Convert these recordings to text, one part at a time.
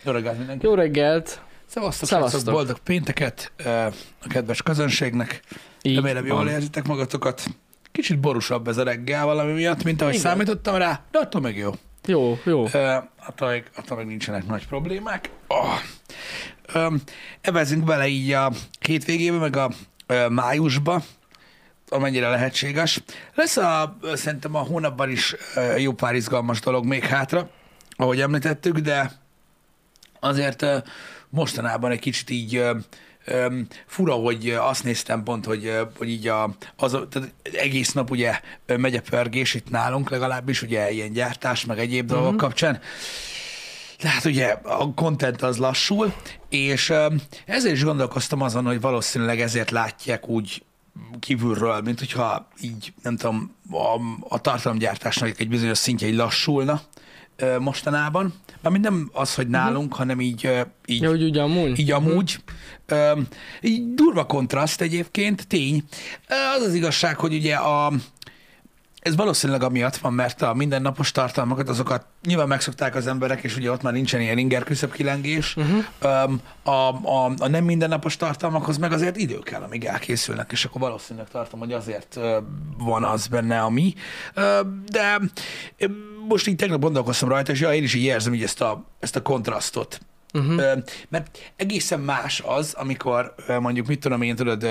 Jó reggelt mindenki. Jó reggelt. Szevasztok, boldog pénteket a kedves közönségnek. Így Remélem jól érzitek magatokat. Kicsit borúsabb ez a reggel valami miatt, mint ahogy számítottam rá, de attól meg jó. Jó. Attól meg nincsenek nagy problémák. Evezünk bele így a hétvégébe, meg a májusba, amennyire lehetséges. Lesz szerintem a hónapban is jó pár izgalmas dolog még hátra, ahogy említettük, de azért mostanában egy kicsit így fura, hogy azt néztem pont, hogy így tehát egész nap ugye megy a pörgés itt nálunk, legalábbis ugye ilyen gyártás, meg egyéb dolgok kapcsán. Tehát ugye a content az lassul, és ezért is gondolkoztam azon, hogy valószínűleg ezért látják úgy kívülről, mint hogyha így, nem tudom, a tartalomgyártásnak egy bizonyos szintje így lassulna mostanában. Mármint nem az, hogy nálunk, hanem így Ja, hogy ugye amúgy? Így amúgy. Így durva kontraszt egyébként, tény. Az az igazság, hogy ugye ez valószínűleg amiatt van, mert a mindennapos tartalmakat, azokat nyilván megszokták az emberek, és ugye ott már nincsen ilyen inger küszöbb kilengés. A nem mindennapos tartalmakhoz meg azért idő kell, amíg elkészülnek, és akkor valószínűleg tartom, hogy azért van az benne, ami. De most így tegnap gondolkoztam rajta, és én is így érzem így ezt a kontrasztot. Mert egészen más az, amikor mondjuk, mit tudom én, tudod,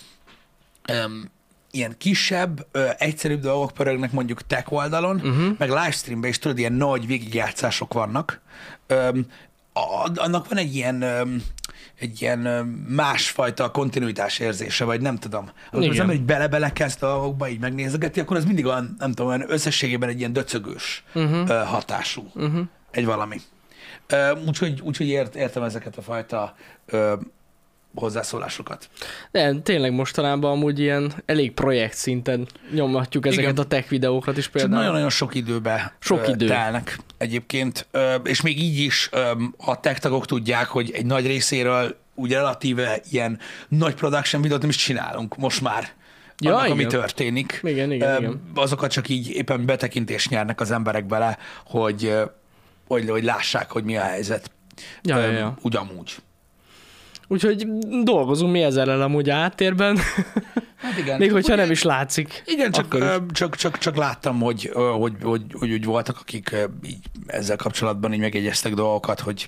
ilyen kisebb, egyszerűbb dolgok pörögnek mondjuk tech oldalon, meg livestreamben is tudod, ilyen nagy végigjátszások vannak. Annak van egy ilyen másfajta kontinuitás érzése, vagy nem tudom. Amikor az ember így bele-bele kezd dolgokba, így megnézegeti, akkor az mindig olyan, nem tudom, olyan összességében egy ilyen döcögős hatású egy valami. Úgyhogy értem ezeket a fajta hozzászólásokat. De tényleg mostanában amúgy ilyen elég projekt szinten nyomhatjuk ezeket a tech videókat is például. Csak nagyon-nagyon sok időbe telnek egyébként, és még így is a tech tagok tudják, hogy egy nagy részéről úgy relatíve ilyen nagy production videót nem is csinálunk most már. Annak, ami történik. Igen. Azokat csak így éppen betekintést nyernek az emberek bele, hogy lássák, hogy mi a helyzet. Ugyanúgy. Úgyhogy dolgozunk mi ezzel el amúgy áttérben. Hát igen. Még hogyha nem is látszik. Igen, csak láttam, hogy úgy voltak, akik így ezzel kapcsolatban így megjegyeztek dolgokat, hogy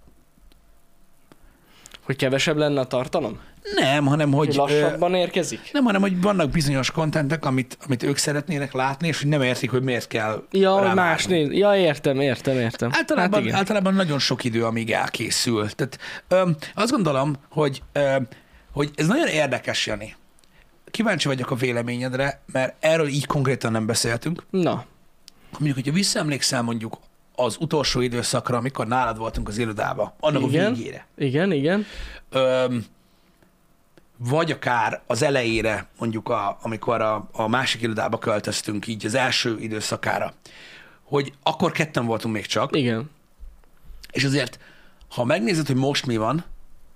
kevesebb lenne a tartalom? Nem, hanem hogy lassabban érkezik? Nem, hanem hogy vannak bizonyos kontentek, amit ők szeretnének látni, és hogy nem értik, hogy miért kell más néz. Ja, értem. Általában nagyon sok idő, amíg elkészül. Tehát azt gondolom, hogy ez nagyon érdekes, Jani. Kíváncsi vagyok a véleményedre, mert erről így konkrétan nem beszéltünk. Na. Mondjuk, hogyha visszaemlékszel mondjuk az utolsó időszakra, amikor nálad voltunk az irodába, annak a végére. Igen. Vagy akár az elejére, mondjuk amikor a másik irodába költöztünk, így az első időszakára, hogy akkor ketten voltunk még csak. Igen. És azért, ha megnézed, hogy most mi van,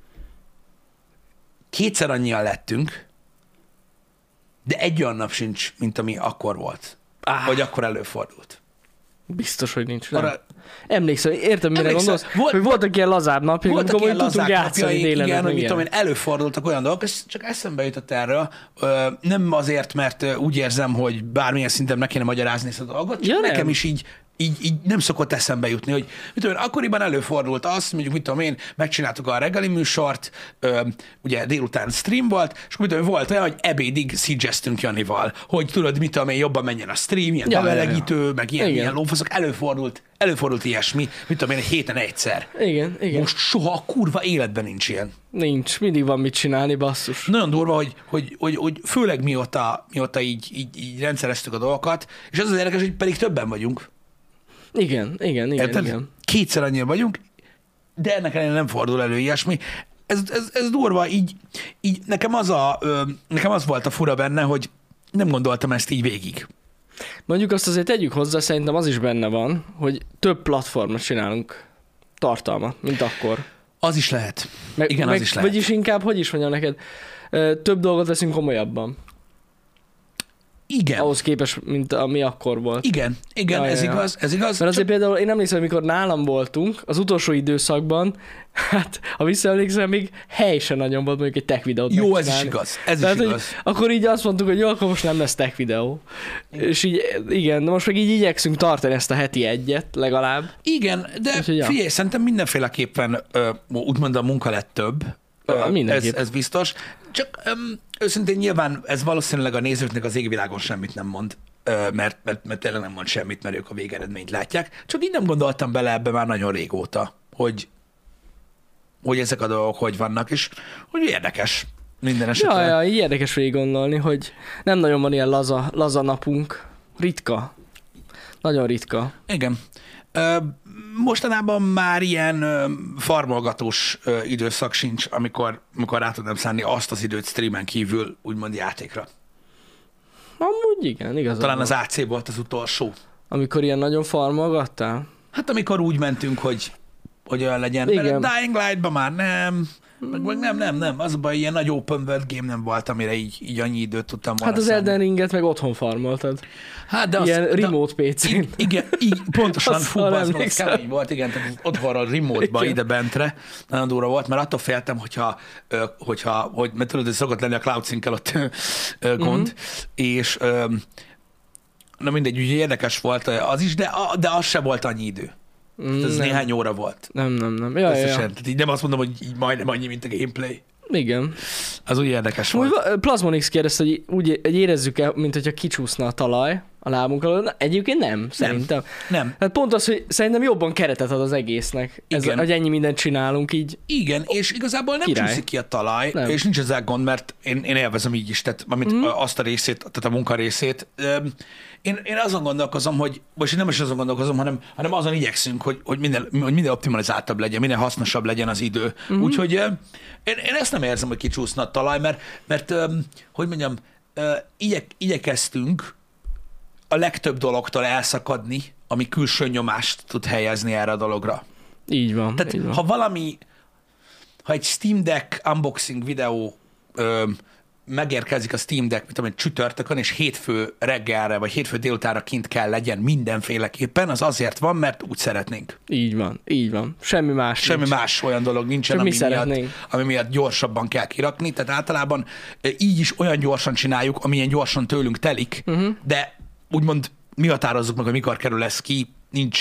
kétszer annyian lettünk, de egy olyan nap sincs, mint ami akkor volt. Vagy akkor előfordult. Biztos, hogy nincs. Emlékszem, értem, mire gondolsz, hogy voltak ilyen lazább napjai, amikor tudtunk játszani délelőtt. Igen, hogy mit tudom én, előfordultak olyan dolgok, ez csak eszembe jutott erről. Nem azért, mert úgy érzem, hogy bármilyen szinten meg kéne magyarázni ezt a dolgot, csak nekem is így nem szokott eszembe jutni, hogy mit tudom én, akkoriban előfordult az, mondjuk mit tudom én, megcsináltuk a reggeli műsort, ugye délután stream volt, és akkor mit tudom én, volt olyan, hogy ebédig szígyeztünk Janival, hogy tudod, mit tudom én, jobban menjen a stream, ilyen bemelegítő, meg ilyen lófaszok, előfordult ilyesmi, mit tudom én, egy héten egyszer. Igen. Most soha a kurva életben nincs ilyen. Nincs, mindig van mit csinálni, basszus. Nagyon durva, hogy főleg mióta így rendszereztük a dolgokat, és az érdekes, hogy pedig többen vagyunk. Igen. Kétszer annyian vagyunk, de ennek ellenére nem fordul elő ilyesmi. Ez durva, így nekem az volt a fura benne, hogy nem gondoltam ezt így végig. Mondjuk azt azért tegyük hozzá, szerintem az is benne van, hogy több platformot csinálunk tartalmat, mint akkor. Az is lehet. Az is lehet. Vagyis inkább, hogy is mondjam neked, több dolgot veszünk komolyabban. Igen. Ahhoz képest, mint ami akkor volt. Igen, ez igaz, ez igaz. Mert azért például én emlékszem, amikor nálam voltunk, az utolsó időszakban, hát ha visszaemlékszem, még hely se nagyon volt mondjuk egy tech videót Jó, megcsinálni. ez is igaz, ez Tehát, is igaz. Akkor így azt mondtuk, hogy jó, akkor most nem lesz tech videó. És így, igen, de most meg így igyekszünk tartani ezt a heti egyet legalább. Igen, de Úgyhogy, figyelj, szerintem mindenféleképpen úgymond a munka lett több. Ez biztos. Csak őszintén nyilván ez valószínűleg a nézőknek az égvilágon semmit nem mond, mert tényleg nem mond semmit, mert ők a végeredményt látják. Csak így nem gondoltam bele ebbe már nagyon régóta, hogy ezek a dolgok hogy vannak, és hogy érdekes minden esetre. Ja, így érdekes végig gondolni, hogy nem nagyon van ilyen laza napunk. Ritka. Nagyon ritka. Igen. Mostanában már ilyen farmolgatós időszak sincs, amikor rá tudnám szánni azt az időt streamen kívül, úgymond játékra. Amúgy igen, igazán. Talán az AC volt az utolsó. Amikor ilyen nagyon farmolgattál? Hát amikor úgy mentünk, hogy olyan legyen. Igen. Mert a Dying Light-ban már nem. Meg nem. Az a baj, ilyen nagy open world game nem volt, amire így annyi időt tudtam volna Hát az szánni. Elden Ringet meg otthon farmoltad. Hát de Ilyen remote PC-n. Igen, pontosan, Azt az kemény volt, igen, tehát otthonról remote-ba ide bentre, nagyon durva volt, mert attól féltem, mert tudod, hogy szokott lenni a cloud sync-el ott gond, és na mindegy, ugye érdekes volt az is, de az se volt annyi idő. Ez néhány óra volt. Nem. Ja. Tehát így nem azt mondom, hogy így majdnem annyi, mint a gameplay. Igen. Az úgy érdekes volt. Plasmonix kérdezte, hogy úgy érezzük-e, mint hogyha kicsúszna a talaj a lábunk alól. Na, egyébként nem, szerintem. Nem. Hát pont az, hogy szerintem jobban keretet ad az egésznek. Igen. Hogy ennyi mindent csinálunk így. Igen, és igazából nem Király. csúszik ki a talaj, Nem. és nincs ezzel gond, mert én élvezem így is, tehát azt a részét, tehát a munka részét. Én azon gondolkozom, hogy, most nem is azon gondolkozom, hanem azon igyekszünk, hogy minél optimalizáltabb legyen, minél hasznosabb legyen az idő. Úgyhogy én ezt nem érzem, hogy kicsúszna a talaj, mert hogy mondjam, igyekeztünk a legtöbb dologtól elszakadni, ami külső nyomást tud helyezni erre a dologra. Így van. Tehát így van. ha egy Steam Deck unboxing videó megérkezik a Steam Deck, mit tudom, egy csütörtökön, és hétfő reggelre, vagy hétfő délutánra kint kell legyen mindenféleképpen, az azért van, mert úgy szeretnénk. Így van. Semmi Más olyan dolog nincsen, ami miatt gyorsabban kell kirakni, tehát általában így is olyan gyorsan csináljuk, amilyen gyorsan tőlünk telik, de úgymond mi határozzuk meg, hogy mikor kerül ez ki,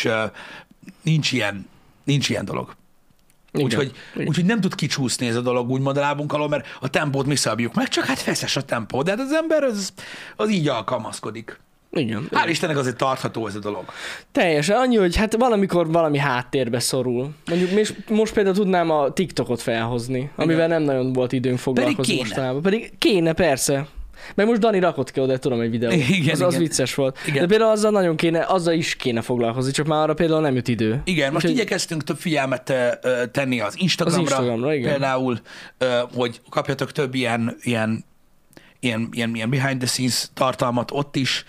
nincs ilyen dolog. Úgyhogy nem tud kicsúszni ez a dolog úgymond a lábunk alól, mert a tempót mi szabjuk meg, csak hát feszes a tempó, de hát az ember az így alkalmazkodik. Igen. Hál' Istennek azért tartható ez a dolog. Teljesen annyi, hogy hát valamikor valami háttérbe szorul. Mondjuk most például tudnám a TikTokot felhozni, amivel nem nagyon volt időnk foglalkozni mostanában. Pedig kéne, persze. Meg most Dani rakott ki oda, tudom, egy videót. Az vicces volt. Igen. De például azzal is kéne foglalkozni, csak már arra például nem jut idő. Igen, most igyekeztünk több figyelmet tenni az Instagramra igen. Például, hogy kapjatok több ilyen behind the scenes tartalmat ott is,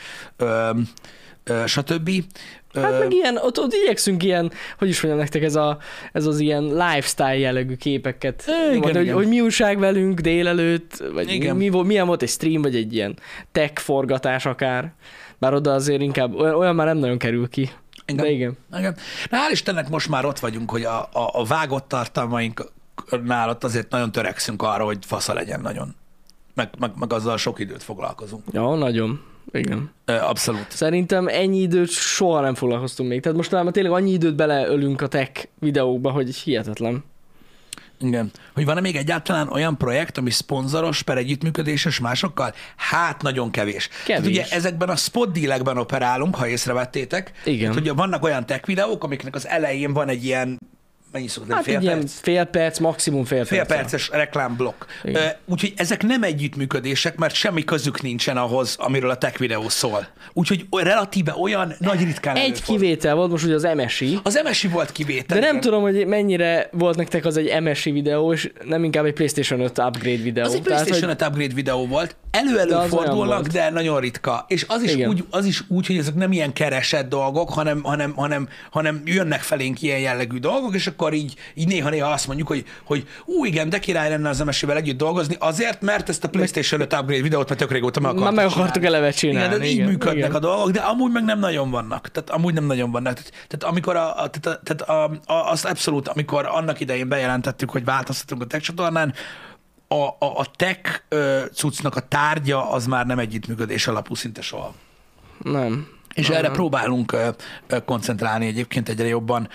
stb. Hát meg ilyen, ott igyekszünk ilyen, hogy is mondjam nektek, ez az ilyen lifestyle jellegű képeket. Igen. Hogy mi újság velünk délelőtt, vagy milyen volt egy stream, vagy egy ilyen tech forgatás akár. Bár oda azért inkább olyan már nem nagyon kerül ki. De igen. Na, hál' Istennek most már ott vagyunk, hogy a vágott tartalmainknál ott azért nagyon törekszünk arra, hogy fasza legyen nagyon. Meg azzal sok időt foglalkozunk. Ja, nagyon. Igen. Abszolút. Szerintem ennyi időt soha nem foglalkoztunk még. Tehát most már tényleg annyi időt beleölünk a tech videókba, hogy hihetetlen. Igen. Hogy van-e még egyáltalán olyan projekt, ami szponzoros per együttműködéses másokkal? Hát nagyon kevés. Hát ugye ezekben a spot dealekben operálunk, ha észrevettétek. Igen. Hát ugye vannak olyan tech videók, amiknek az elején van egy ilyen mennyi szokott lenni? Hát ilyen fél perc, maximum fél perces reklámblokk. Úgyhogy ezek nem együttműködések, mert semmi közük nincsen ahhoz, amiről a tech videó szól. Úgyhogy relatíve olyan nagy ritkán egy kivétel volt most ugye az MSI. Az MSI volt kivétel. De nem tudom, hogy mennyire volt nektek az egy MSI videó, és nem inkább egy PlayStation 5 upgrade videó. Az egy PlayStation 5 upgrade videó volt. Elő fordulnak, de nagyon ritka. És az is úgy, hogy ezek nem ilyen keresett dolgok, hanem jönnek felénk ilyen jellegű dolgok, és akkor így néha-néha azt mondjuk, hogy igen, de király lenne az MSI-vel együtt dolgozni, azért, mert ezt a PlayStation 5 upgrade videót már tök régóta meg akartuk eleve csinálni. Igen, de így működnek a dolgok, de amúgy meg nem nagyon vannak. Tehát amikor az abszolút, amikor annak idején bejelentettük, hogy változtatunk a tech csatornán, a tech cuccnak a tárgya az már nem együttműködés alapú szinte soha. Nem. És erre próbálunk koncentrálni egyébként egyre jobban,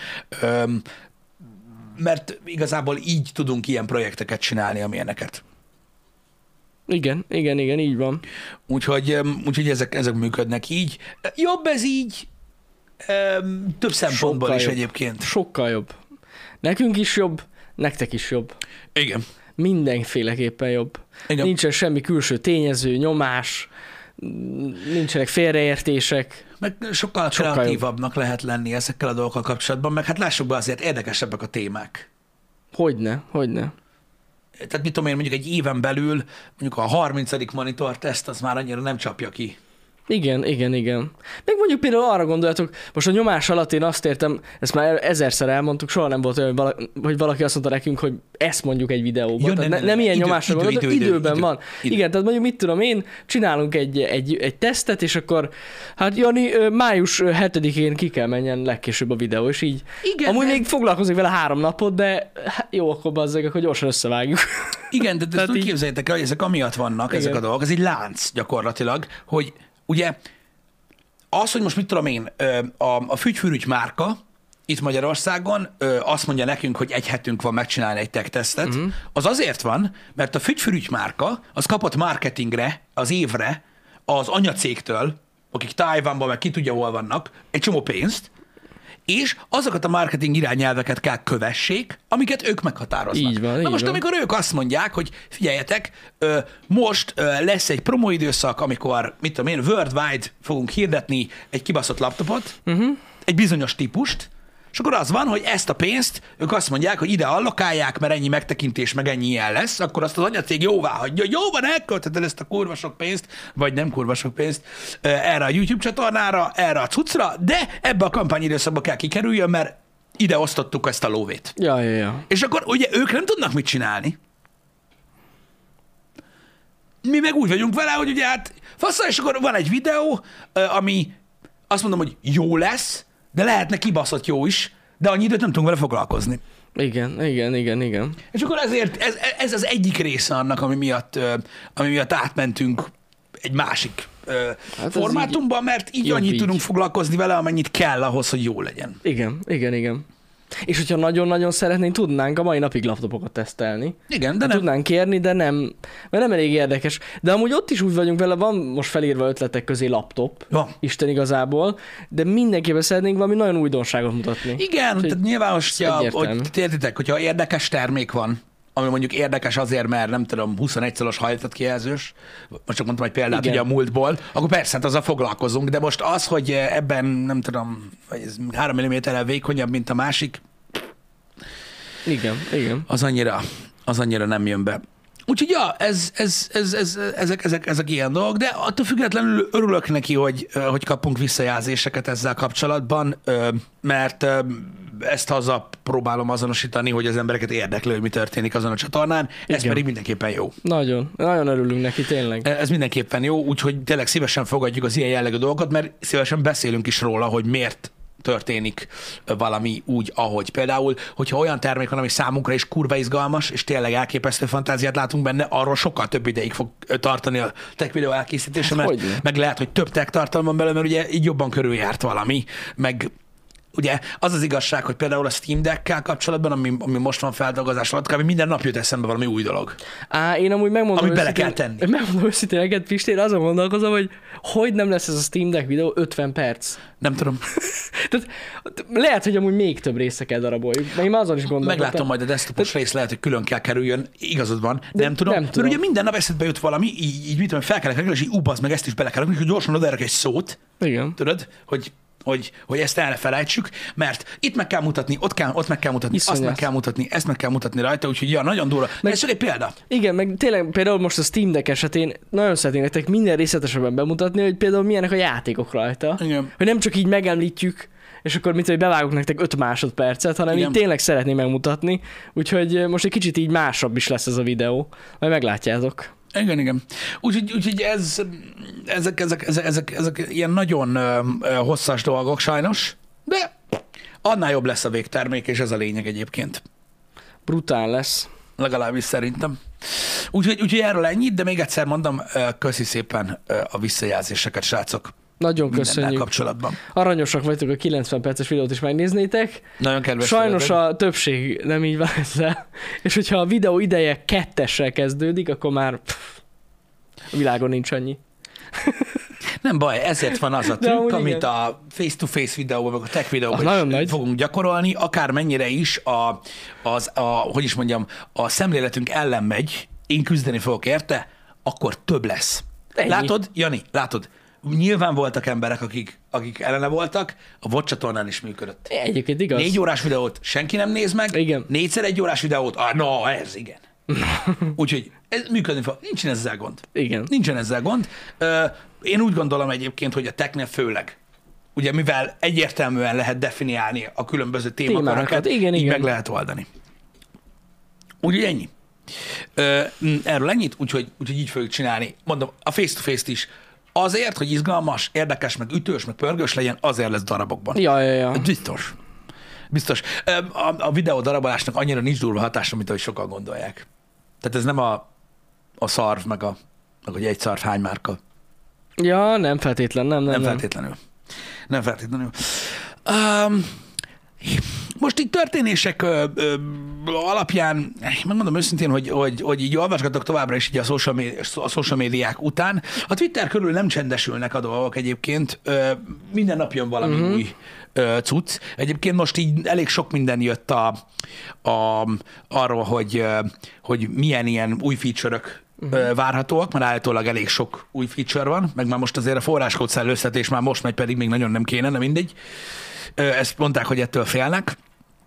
mert igazából így tudunk ilyen projekteket csinálni, amilyeneket. Igen, így van. Úgyhogy ezek működnek így. Jobb ez így, több szempontból Sokkal is jobb. egyébként. Sokkal jobb. Nekünk is jobb, nektek is jobb. Igen. Mindenféleképpen jobb. Igen. Nincsen semmi külső tényező, nyomás, nincsenek félreértések. Meg sokkal kreatívabbnak lehet lenni ezekkel a dolgokkal kapcsolatban, meg hát lássuk be, azért érdekesebbek a témák. Hogyne. Tehát mit tudom én, mondjuk egy éven belül, mondjuk a 30. monitor teszt, az már annyira nem csapja ki. Igen. Meg mondjuk például arra gondoljatok, most a nyomás alatt én azt értem, ezt már 1000-szer elmondtuk, soha nem volt olyan, hogy valaki azt mondta nekünk, hogy ezt mondjuk egy videóban. Ja, nem ilyen nyomásra gondolok, időben van. Idő. Igen, tehát mondjuk mit tudom én, csinálunk egy tesztet, és akkor hát Jani, május 7-én ki kell menjen legkésőbb a videó, és így. Igen, amúgy még foglalkozik vele 3 napot, de hát jó, akkor bazzeg, akkor gyorsan összevágjuk. Igen, de ezt úgy képzeljétek el, hogy ezek amiatt vannak, igen. ezek a dolgok, ez egy lánc gyakorlatilag, hogy ugye az, hogy most mit tudom én, a Fügyfürügy márka itt Magyarországon azt mondja nekünk, hogy egy hetünk van megcsinálni egy tech tesztet, az azért van, mert a Fügyfürügy márka az kapott marketingre, az évre, az anyacégtől, akik Tájvánban meg ki tudja hol vannak, egy csomó pénzt, és azokat a marketing irányelveket kell kövessék, amiket ők meghatároznak. Így van, Na most, amikor ők azt mondják, hogy figyeljetek, most lesz egy promóidőszak, amikor, mit tudom én, worldwide fogunk hirdetni egy kibaszott laptopot, egy bizonyos típust, és akkor az van, hogy ezt a pénzt ők azt mondják, hogy ide allokálják, mert ennyi megtekintés, meg ennyi ilyen lesz, akkor azt az anyacég jóvá hagyja, hogy jó van, elköltheted ezt a kurva sok pénzt, vagy nem kurva sok pénzt erre a YouTube csatornára, erre a cuccra, de ebbe a kampányidőszakba kell kikerüljön, mert ide osztottuk ezt a lóvét. Ja. És akkor ugye ők nem tudnak mit csinálni. Mi meg úgy vagyunk vele, hogy ugye hát faszal, és akkor van egy videó, ami azt mondom, hogy jó lesz, de lehetne kibaszott jó is, de annyi időt nem tudunk vele foglalkozni. Igen. És akkor ezért ez az egyik része annak, ami miatt átmentünk egy másik formátumban, mert így annyit tudunk foglalkozni vele, amennyit kell ahhoz, hogy jó legyen. Igen. És hogyha nagyon-nagyon szeretnénk, tudnánk a mai napig laptopokat tesztelni. Igen, de nem. Tudnánk kérni, de nem, mert nem elég érdekes. De amúgy ott is úgy vagyunk vele, van most felírva ötletek közé laptop, Isten igazából, de mindenképpen szeretnénk valami nagyon újdonságot mutatni. Igen, tehát nyilvános, hogy értitek, hogyha érdekes termék van, ami mondjuk érdekes azért, mert nem tudom, 21 szoros hajtott kijelzős, most csak mondtam egy példát ugye a múltból, akkor persze, hát azzal foglalkozunk, de most az, hogy ebben nem tudom, hogy ez 3 mm-rel vékonyabb, mint a másik, Igen. Az annyira nem jön be. Úgyhogy ja, ezek ilyen dolgok, de attól függetlenül örülök neki, hogy kapunk visszajelzéseket ezzel kapcsolatban, mert ezt haza próbálom azonosítani, hogy az embereket érdekli, hogy mi történik azon a csatornán, ez pedig mindenképpen jó. Nagyon örülünk neki, tényleg. Ez mindenképpen jó, úgyhogy tényleg szívesen fogadjuk az ilyen jellegű dolgokat, mert szívesen beszélünk is róla, hogy miért történik valami úgy, ahogy. Például, hogyha olyan termék van, ami számunkra is kurva izgalmas, és tényleg elképesztő fantáziát látunk benne, arról sokkal több ideig fog tartani a tech videó elkészítése, mert meg lehet, hogy több tech tartalom van belőle, mert ugye így jobban körüljárt valami, meg ugye az az igazság, hogy például a Steam Deck-kel kapcsolatban, ami most van feldolgozás alatt, kb. Minden nap jut eszembe valami új dolog. Én amúgy megmondom, amit bele kell tenni. Megmondom őszintén neked, Pistér, azon gondolkozom, hogy nem lesz ez a Steam Deck videó 50 perc. Nem tudom. Tehát lehet, hogy amúgy még több része kell daraboljuk. Én már azon is gondolkodtam. Meglátom majd a desktopos rész, lehet, hogy külön kell kerüljön. Igazad van. Nem tudom. Mert ugye minden nap eszedbe jut valami, így mit tudom, fel kell kerülni, és így ubazd meg, ezt is bele kell rakni, hogy gyorsan odaérek egy szót. Igen. Tudod, hogy ezt el ne felejtsük, mert itt meg kell mutatni, ott meg kell mutatni, azt meg kell mutatni, ezt meg kell mutatni rajta, úgyhogy ja, nagyon durva. Ez csak egy példa. Igen, meg tényleg például most a Steam Deck esetén nagyon szeretnék nektek minden részletesebben bemutatni, hogy például milyenek a játékok rajta. Igen. Hogy nem csak így megemlítjük, és akkor mit, hogy bevágok nektek 5 másodpercet, hanem Igen. így tényleg szeretném megmutatni, úgyhogy most egy kicsit így másabb is lesz ez a videó, majd meglátjátok. Igen. Úgyhogy ezek ilyen nagyon hosszas dolgok sajnos, de annál jobb lesz a végtermék, és ez a lényeg egyébként. Brutál lesz. Legalábbis szerintem. Úgyhogy erről ennyit, de még egyszer mondom, köszi szépen a visszajelzéseket, srácok. Nagyon Mindennel köszönjük. kapcsolatban. Aranyosak vagytok, a 90 perces videót is megnéznétek. Nagyon kedves. Sajnos tőled. a többség nem így van ezzel. És hogyha a videó ideje 2-essel kezdődik, akkor már a világon nincs annyi. Nem baj, ezért van az a De amúgy trükk, amit igen. a face-to-face videóban, meg a tech videóban nagyon is nagy. fogunk gyakorolni, akár mennyire is hogy is mondjam, a szemléletünk ellen megy, én küzdeni fogok érte, akkor több lesz. Ennyi. Látod, Jani, látod? Nyilván voltak emberek, akik ellene voltak, a VOD csatornán is működött. Egyébként igaz. 4 órás videót senki nem néz meg, Igen. 4x 1 órás videót, ez igen. Úgyhogy ez működni fog. Nincsen ezzel gond. Igen. Nincsen ezzel gond. Én úgy gondolom egyébként, hogy a technél főleg, ugye mivel egyértelműen lehet definiálni a különböző témaköröket, Igen. így meg lehet oldani. Úgyhogy ennyi. Erről ennyit, úgyhogy így fogjuk csinálni. Mondom, a face-to-face-t is azért, hogy izgalmas, érdekes, meg ütős, meg pörgős legyen, azért lesz darabokban. Ja. Biztos. A videó darabolásnak annyira nincs durva hatása, mint ahogy sokan gondolják. Tehát ez nem a szarv, meg hogy egy szarv hány márka. Ja, nem feltétlen, nem. Feltétlenül. Nem feltétlenül. Most itt történések alapján, megmondom őszintén, hogy így olvasgatok továbbra is így a social médiák után. A Twitter körül nem csendesülnek a dolgok egyébként. Minden nap jön valami új cucc. Egyébként most így elég sok minden jött arról, hogy milyen ilyen új feature-ök várhatóak, mert állítólag elég sok új feature van, meg már most azért a forráskód szellőztetés már most megy, pedig még nagyon nem kéne, de mindegy. Ezt mondták, hogy ettől félnek.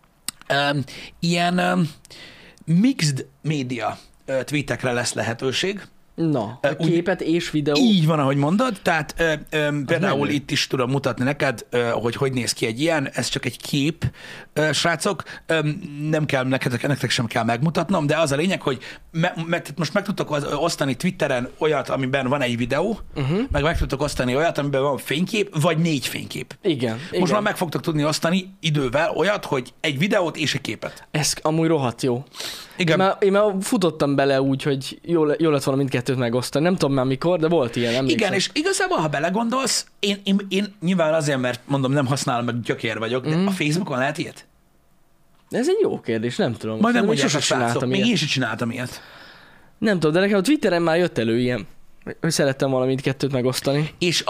Ilyen mixed media tweetekre lesz lehetőség. Na, a képet és videó. Így van, ahogy mondod, tehát például itt is tudom mutatni neked, hogy néz ki egy ilyen, ez csak egy kép, srácok, nem kell nektek sem kell megmutatnom, de az a lényeg, hogy most meg tudtok osztani Twitteren olyat, amiben van egy videó, meg tudtok osztani olyat, amiben van fénykép, vagy 4 fénykép. Igen. Most már meg fogtok tudni osztani idővel olyat, hogy egy videót és egy képet. Ez amúgy rohadt jó. Igen. Én már futottam bele úgy, hogy jó lett volna mindkettőt megosztani. Nem tudom már mikor, de volt ilyen, emlékszem. Igen, és igazából, ha belegondolsz, én nyilván azért, mert mondom, nem használom, meg gyökér vagyok, de a Facebookon lehet ilyet? Ez egy jó kérdés, nem tudom. Majd nem Még mondják sose a srácok, csináltam még ilyet. én sem csináltam ilyet. Nem tudom, de nekem a Twitteren már jött elő ilyen, hogy szerettem volna mindkettőt megosztani. És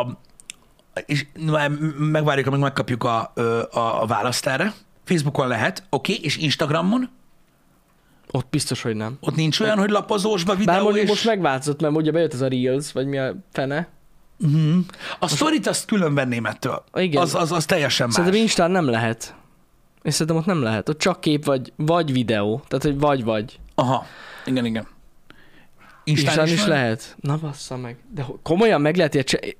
megvárjuk, amíg megkapjuk a választ erre. Facebookon lehet, oké, és Instagramon? Ott biztos, hogy nem. Ott nincs olyan, hogy lapozósba videó Bár mondjuk és... most megváltozott, mert ugye bejött ez a Reels, vagy mi a fene. A sztorit azt külön venném ettől. Igen. Az teljesen más. Szerintem Instán nem lehet. És szerintem ott nem lehet. Ott csak kép vagy videó. Tehát, hogy vagy. Aha, igen. Instán is van? lehet. Na bassza meg. De komolyan meg lehet ilyet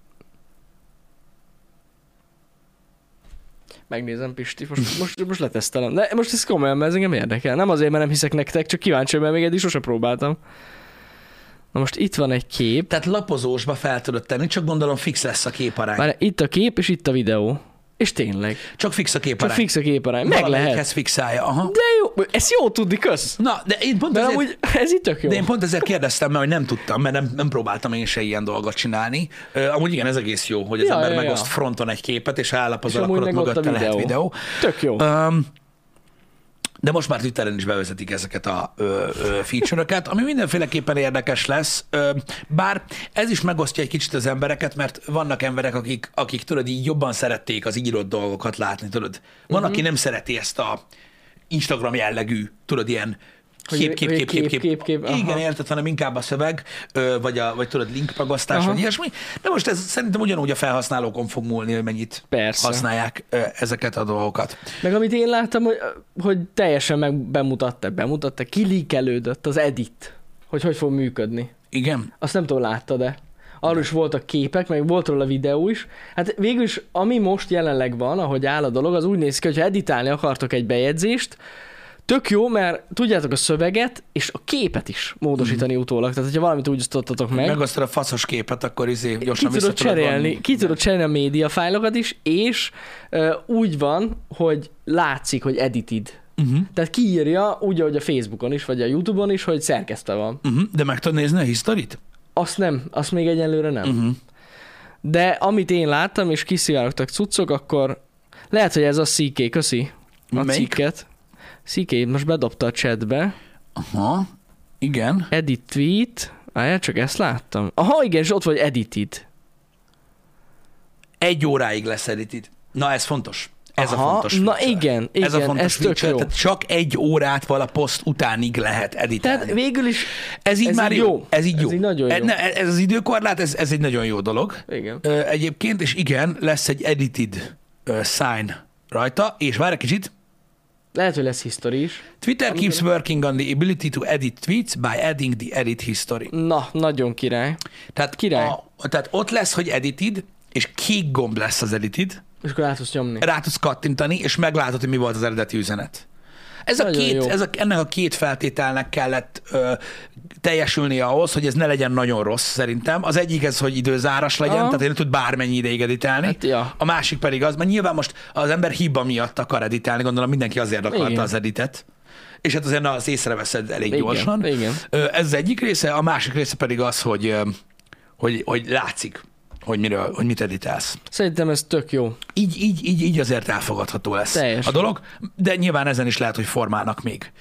Megnézem, Pisti, most letesztelem. De most ez komolyan, mert ez engem érdekel. Nem azért, mert nem hiszek nektek, csak kíváncsi, mert még eddig sose próbáltam. Na most itt van egy kép. Tehát lapozósba fel tudod tenni, csak gondolom fix lesz a képarány. Már itt a kép, és itt a videó. És tényleg. Csak fix a Csak képarány. fix a képarány. Meg lehet. Valamelyikhez fixálja, aha. De jó, ez jó tudni, kösz. Na, de én pont De ezért... amúgy ez itt tök jó. De én pont ezért kérdeztem, mert hogy nem tudtam, mert nem próbáltam én se ilyen dolgot csinálni. Amúgy igen, ez egész jó, hogy az ember megoszt fronton egy képet, és ha állapozol, akkor ott mögötte lehet videó. Tök jó. De most már Twitteren is bevezetik ezeket a feature-öket, ami mindenféleképpen érdekes lesz, bár ez is megosztja egy kicsit az embereket, mert vannak emberek, akik tudod, így jobban szerették az írott dolgokat látni, tudod. Van, aki nem szereti ezt a Instagram jellegű, tudod, ilyen kép. Igen, érted, hanem inkább a szöveg, vagy tudod, linkmegosztás, vagy ilyesmi. De most ez szerintem ugyanúgy a felhasználókon fog múlni, hogy mennyit használják ezeket a dolgokat. Meg amit én láttam, hogy teljesen bemutatta, kilíkelődött az edit, hogy fog működni. Igen. Azt nem tudom, láttad-e? Arról is voltak képek, meg volt róla videó is. Hát végül is, ami most jelenleg van, ahogy áll a dolog, az úgy néz ki, hogyha editálni akartok egy bejegyzést, tök jó, mert tudjátok a szöveget, és a képet is módosítani utólag. Tehát, hogyha valamit úgy osztottatok meg. Megosztod a faszos képet, akkor gyorsan ki tudod cserélni a média fájlokat is, és úgy van, hogy látszik, hogy edited. Tehát kiírja úgy, ahogy a Facebookon is, vagy a YouTube-on is, hogy szerkesztve van. De meg tudod nézni a historit? Azt nem, azt még egyelőre nem. De amit én láttam, és kiszivárogtak cuccok, akkor lehet, hogy ez a CK, köszi a cikket. CK most bedobta a chatbe. Aha, igen. Edit tweet. Csak ezt láttam. Aha, igen, és ott vagy edited. 1 óráig lesz edited. Na, ez fontos. Ez a fontos feature. Na igen, ez a fontos feature. Jó. Tehát csak 1 órát vala poszt utánig lehet editálni. Tehát végül is ez így már jó. Ez így jó. Ez így nagyon jó. Ez az időkorlát, ez egy nagyon jó dolog. Igen. Egyébként, és igen, lesz egy edited sign rajta, és várj egy kicsit. Lehet, hogy lesz history is. Twitter keeps working on the ability to edit tweets by adding the edit history. Na, nagyon király. Tehát, tehát ott lesz, hogy edited, és kék gomb lesz az edited. És akkor rá tudsz nyomni. Rá tudsz kattintani, és meglátod, hogy mi volt az eredeti üzenet. Ennek a 2 feltételnek kellett teljesülnie ahhoz, hogy ez ne legyen nagyon rossz szerintem. Az egyik ez, hogy időzáras legyen, tehát én tud bármennyi ideig editálni. Hát, ja. A másik pedig az, mert nyilván most az ember hiba miatt akar editálni, gondolom mindenki azért akarta az editet. És hát azért az észreveszed elég gyorsan. Igen. Ez az egyik része, a másik része pedig az, hogy látszik, hogy mit editálsz. Szerintem ez tök jó. Így azért elfogadható lesz a dolog, de nyilván ezen is lehet, hogy formálnak még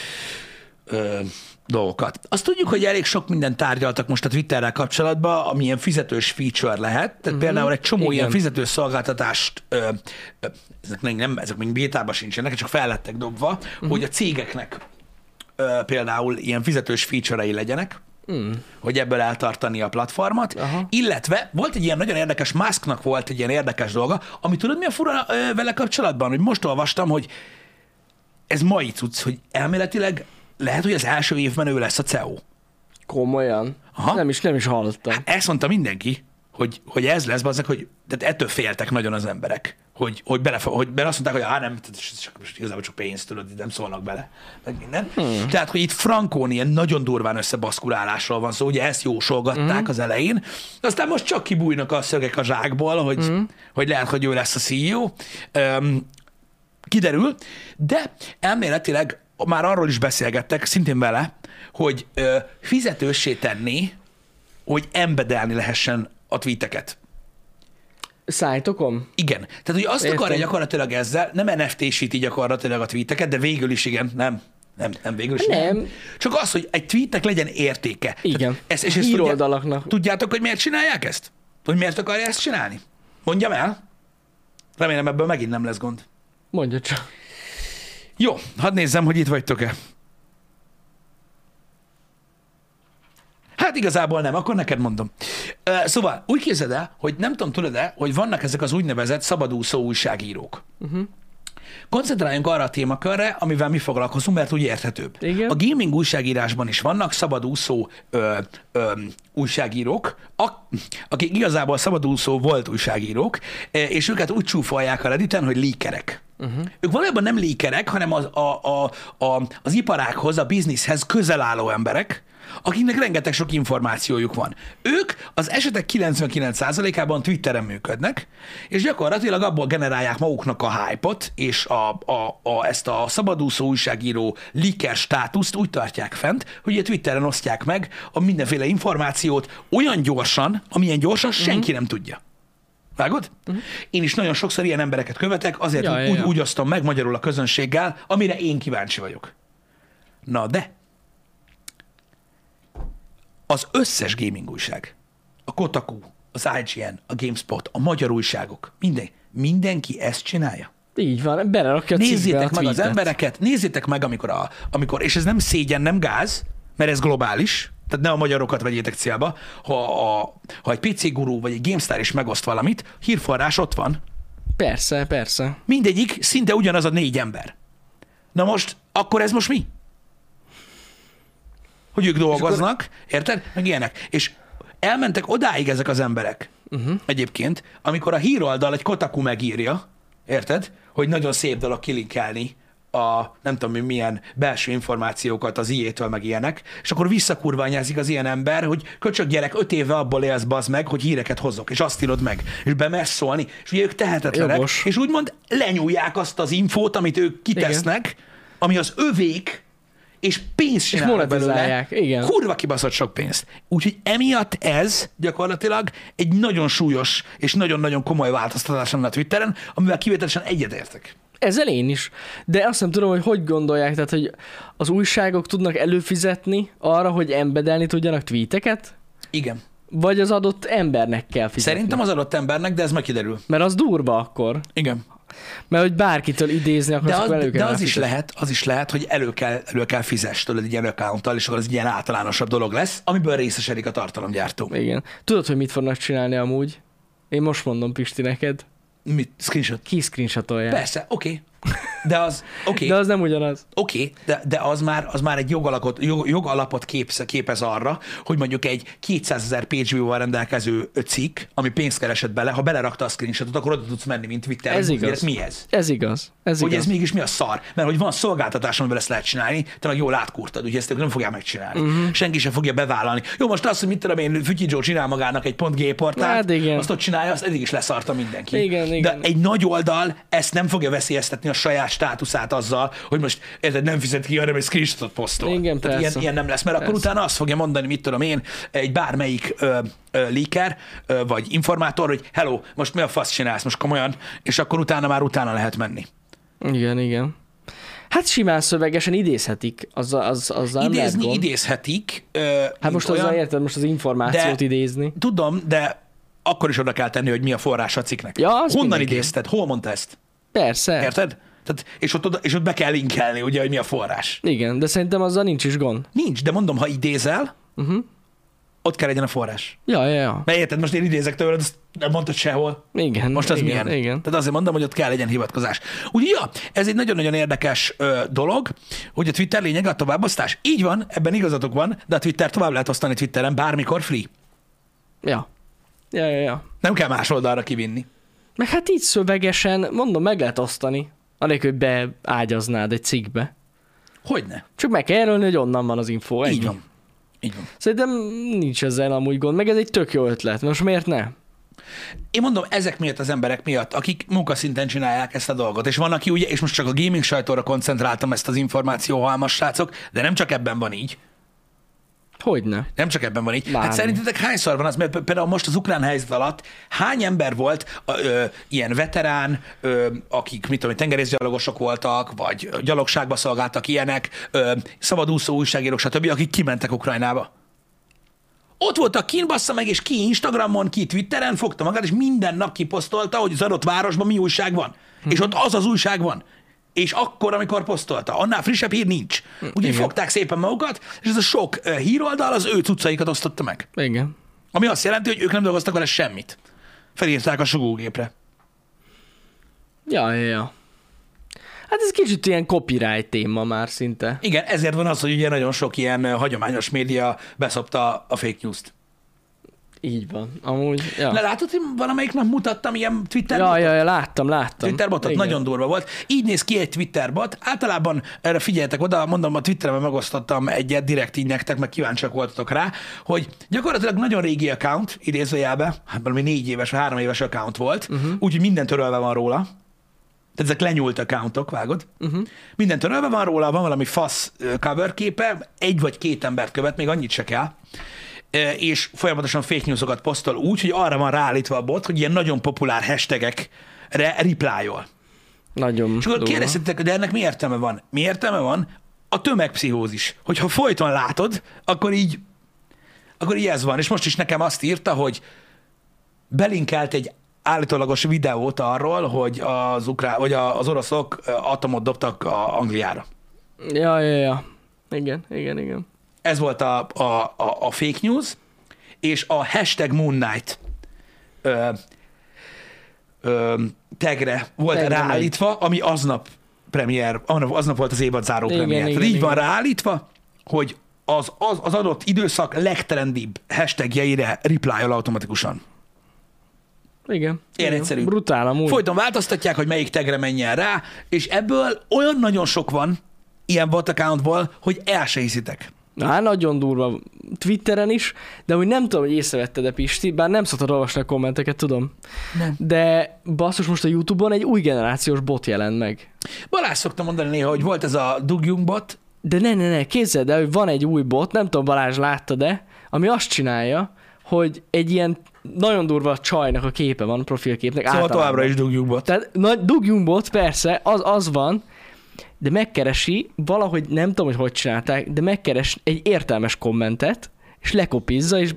dolgokat. Azt tudjuk, hogy elég sok mindent tárgyaltak most a Twitterrel kapcsolatban, ami ilyen fizetős feature lehet. Tehát például egy csomó ilyen fizetős szolgáltatást, ezek még bétában sincsenek, csak fel lettek dobva, hogy a cégeknek például ilyen fizetős feature-ei legyenek, hogy ebből eltartani a platformot, illetve volt egy ilyen nagyon érdekes, Musknak volt egy ilyen érdekes dolga, ami tudod mi a fura vele kapcsolatban, hogy most olvastam, hogy ez mai cucc, hogy elméletileg lehet, hogy az első évben ő lesz a CEO. Komolyan? Aha. Nem is hallottam. Hát ezt mondta mindenki, hogy ez lesz, bazzak, hogy tehát ettől féltek nagyon az emberek, hogy azt mondták, hogy nem, igazából csak pénzt, tudod, nem szólnak bele, meg minden. Tehát, hogy itt frankón ilyen nagyon durván összebaszkurálásról van szó, ugye ezt jósolgatták az elején, aztán most csak kibújnak a szögek a zsákból, hogy lehet, hogy ő lesz a CEO. Kiderül, de elméletileg már arról is beszélgettek, szintén vele, hogy fizetőssé tenni, hogy embedelni lehessen a tweeteket. Szájtokon? Igen. Tehát, hogy azt akarja gyakorlatilag ezzel, nem NFT-síti gyakorlatilag a tweeteket, de végül is igen, nem végül is nem. Csak az, hogy egy tweetnek legyen értéke. Igen. És híroldalaknak. Tudjátok, hogy miért csinálják ezt? Hogy miért akarja ezt csinálni? Mondjam el. Remélem ebből megint nem lesz gond. Mondja csak. Jó, hadd nézzem, hogy itt vagytok-e. Hát igazából nem, akkor neked mondom. Szóval úgy képzeld el, hogy nem tudom, tudod-e, hogy vannak ezek az úgynevezett szabadúszó újságírók. Koncentráljunk arra a témakörre, amivel mi foglalkozunk, mert úgy érthetőbb. Igen. A gaming újságírásban is vannak szabadúszó újságírók, akik igazából szabadúszó volt újságírók, és őket úgy csúfolják a Redditen, hogy leakerek. Ők valójában nem leakerek, hanem az iparághoz, a bizniszhez közel álló emberek, akiknek rengeteg sok információjuk van. Ők az esetek 99%-ában Twitteren működnek, és gyakorlatilag abból generálják maguknak a hype-ot, és ezt a szabadúszó újságíró leaker státuszt úgy tartják fent, hogy a Twitteren osztják meg a mindenféle információt olyan gyorsan, amilyen gyorsan senki nem tudja. Vágod? Én is nagyon sokszor ilyen embereket követek, azért úgy osztom meg magyarul a közönséggel, amire én kíváncsi vagyok. Na de az összes gaming újság, a Kotaku, az IGN, a GameSpot, a magyar újságok, mindenki ezt csinálja. Így van, belerakja a cikkbe Nézzétek meg az embereket, nézzétek meg, amikor, és ez nem szégyen, nem gáz, mert ez globális, tehát ne a magyarokat vegyétek célba, ha egy PC Guru vagy egy GameStar is megoszt valamit, hírforrás ott van. Persze. Mindegyik szinte ugyanaz a 4 ember. Na most, akkor ez most mi? Hogy ők dolgoznak, érted? Meg ilyenek. És elmentek odáig ezek az emberek egyébként, amikor a híroldal egy Kotaku megírja, érted, hogy nagyon szép dolog kilinkelni a nem tudom milyen belső információkat az IE-től, meg ilyenek, és akkor visszakurványázik az ilyen ember, hogy köcsög gyerek, 5 éve abból élsz, bazd meg, hogy híreket hozok, és azt írod meg, és bemersz szólni, és ugye ők tehetetlenek, Jogos. és úgymond lenyúlják azt az infót, amit ők kitesznek, igen, ami az övék, és pénzt csinálnak belőle. Igen. Kurva kibaszott sok pénzt. Úgyhogy emiatt ez gyakorlatilag egy nagyon súlyos és nagyon-nagyon komoly változtatás lenne a Twitteren, amivel kivételesen egyetértek. Ezzel én is. De azt nem tudom, hogy gondolják, tehát, hogy az újságok tudnak előfizetni arra, hogy embedelni tudjanak tweeteket? Igen. Vagy az adott embernek kell fizetni? Szerintem az adott embernek, de ez meg kiderül. Mert az durva akkor. Igen. Mert hogy bárkitől idézni, akkor de az is lehet, hogy elő kell fizess tőled egy ilyen accounttal, és akkor ez egy ilyen általánosabb dolog lesz, amiből részesedik a tartalomgyártó. Igen. Tudod, hogy mit fognak csinálni amúgy? Én most mondom, Pisti, neked. Mit? Screenshot? Ki-screenshotolják. Persze, oké. De az, De az nem ugyanaz. Oké, de az már egy jogalapot képez arra, hogy mondjuk egy 200 000 page view-val rendelkező cikk, ami pénzt keresett bele, ha belerakta a screenshotot, akkor oda tudsz menni, mint Twitter. Ez igaz. Mi ez? Ez igaz. Hogy ez mégis mi a szar? Mert hogy van szolgáltatás, amivel ezt lehet csinálni, te meg jól átkurtad, úgyhogy ezt ők nem fogják megcsinálni. Senki sem fogja bevállalni. Jó, most azt, hogy mit tudom én, Fütyi Joe csinál magának egy .g portált, azt ott csinálja, azt eddig is leszarta mindenki. Igen. De egy nagy oldal ezt nem fogja veszélyeztetni a saját státuszát azzal, hogy most érted, nem fizet ki, hanem egy screenshotot posztol. Igen, tehát ilyen nem lesz, mert akkor utána azt fogja mondani, mit tudom én, egy bármelyik leaker, vagy informátor, hogy hello, most mi a fasz csinálsz, most komolyan, és akkor utána lehet menni. Igen. Hát simán szövegesen idézhetik, Idézhetik. Hát most azzal érted, most az információt idézni. Tudom, de akkor is oda kell tenni, hogy mi a forrása a cikknek. Ja, honnan idézted? Hol mondta ezt? Persze. Érted? Tehát, és ott be kell linkelni, ugye, hogy mi a forrás. Igen, de szerintem azzal nincs is gond. Nincs, de mondom, ha idézel, ott kell legyen a forrás. Ja. Mert érted, most én idézek tőled, azt nem mondtad sehol. Igen. Most az igen, milyen? Igen. Tehát azért mondom, hogy ott kell legyen hivatkozás. Úgyhogy ja, ez egy nagyon-nagyon érdekes dolog, hogy a Twitter lényege a továbbosztás. Így van, ebben igazatok van, de a Twitter tovább lehet osztani Twitteren bármikor free. Ja. Nem kell más oldalra kivinni. Meg hát így szövegesen, mondom, meg lehet osztani, anélkül, hogy beágyaznád egy cikkbe. Hogyne? Csak meg kell jelölni, hogy onnan van az info. Így van. Szerintem nincs ezzel amúgy gond, meg ez egy tök jó ötlet. Most miért ne? Én mondom, ezek miatt az emberek miatt, akik munkaszinten csinálják ezt a dolgot, és van, aki ugye, és most csak a gaming sajtóra koncentráltam ezt az információhalmas, srácok, de nem csak ebben van így. Hogyne? Nem csak ebben van így. Bármi. Hát szerintetek hányszor van az, mert például most az ukrán helyzet alatt hány ember volt ilyen veterán, akik, mit tudom, tengerészgyalogosok voltak, vagy gyalogságba szolgáltak ilyenek, szabadúszó újságírók, stb., akik kimentek Ukrajnába. Ott voltak kint, bassza meg, és ki Instagramon, ki Twitteren fogta magát, és minden nap kiposztolta, hogy az adott városban mi újság van. És ott az újság van. És akkor, amikor posztolta, annál frissebb hír nincs. Úgyhogy fogták szépen magukat, és ez a sok híroldal az ő cuccaikat osztotta meg. Igen. Ami azt jelenti, hogy ők nem dolgoztak vele semmit. Felírták a sugógépre. Ja. Hát ez kicsit ilyen copyright téma már szinte. Igen, ezért van az, hogy ugye nagyon sok ilyen hagyományos média beszopta a fake news-t. Így van. Amúgy, ja. De látod, hogy valamelyik nap mutattam ilyen Twitter Ja, láttam. Twitter botot, igen. nagyon durva volt. Így néz ki egy Twitter bot. Általában erre figyeljetek oda, mondom, a Twitterben megosztottam egyet, direkt így nektek, meg kíváncsiak voltatok rá, hogy gyakorlatilag nagyon régi account, idézőjelbe, hát valami 4 éves vagy 3 éves account volt, úgyhogy minden törölve van róla. Tehát ezek lenyúlt accountok, vágod? Minden törölve van róla, van valami fasz cover képe, 1 vagy 2 embert követ, még annyit se kell, és folyamatosan fake newsokat posztol úgy, hogy arra van ráállítva a bot, hogy ilyen nagyon populár hashtagekre replyol. Nagyon és akkor kérdeztetek, de ennek mi értelme van? Mi értelme van? A tömegpszichózis. Hogyha folyton látod, akkor így ez van. És most is nekem azt írta, hogy belinkelt egy állítólagos videót arról, hogy az oroszok atomot dobtak Angliára. Ja. Igen. Ez volt a fake news, és a hashtag Moon Knight tagre volt ráállítva, ami aznap volt az évad záró premier. Tehát így van ráállítva, hogy az adott időszak legtrendibb hashtagjeire reply-ol automatikusan. Igen. Ilyen egyszerű. Brutál amúgy. Folyton változtatják, hogy melyik tagre menjen rá, és ebből olyan nagyon sok van ilyen bot accountból, hogy el se hiszitek. Hát nagyon durva. Twitteren is, de úgy nem tudom, hogy észrevetted-e, Pisti, bár nem szoktad olvasni a kommenteket, tudom. Nem. De basszus, most a YouTube-on egy új generációs bot jelent meg. Balázs szokta mondani néha, hogy volt ez a Dugyung bot. De ne, képzeld el, hogy van egy új bot, nem tudom, Balázs látta-e, ami azt csinálja, hogy egy ilyen nagyon durva csajnak a képe van, profilképnek. Szóval továbbra is Dugyung bot. Tehát Dugyung bot, persze, az van, de megkeresi, valahogy nem tudom, hogy csinálták, de megkeres egy értelmes kommentet, és lekopizza, és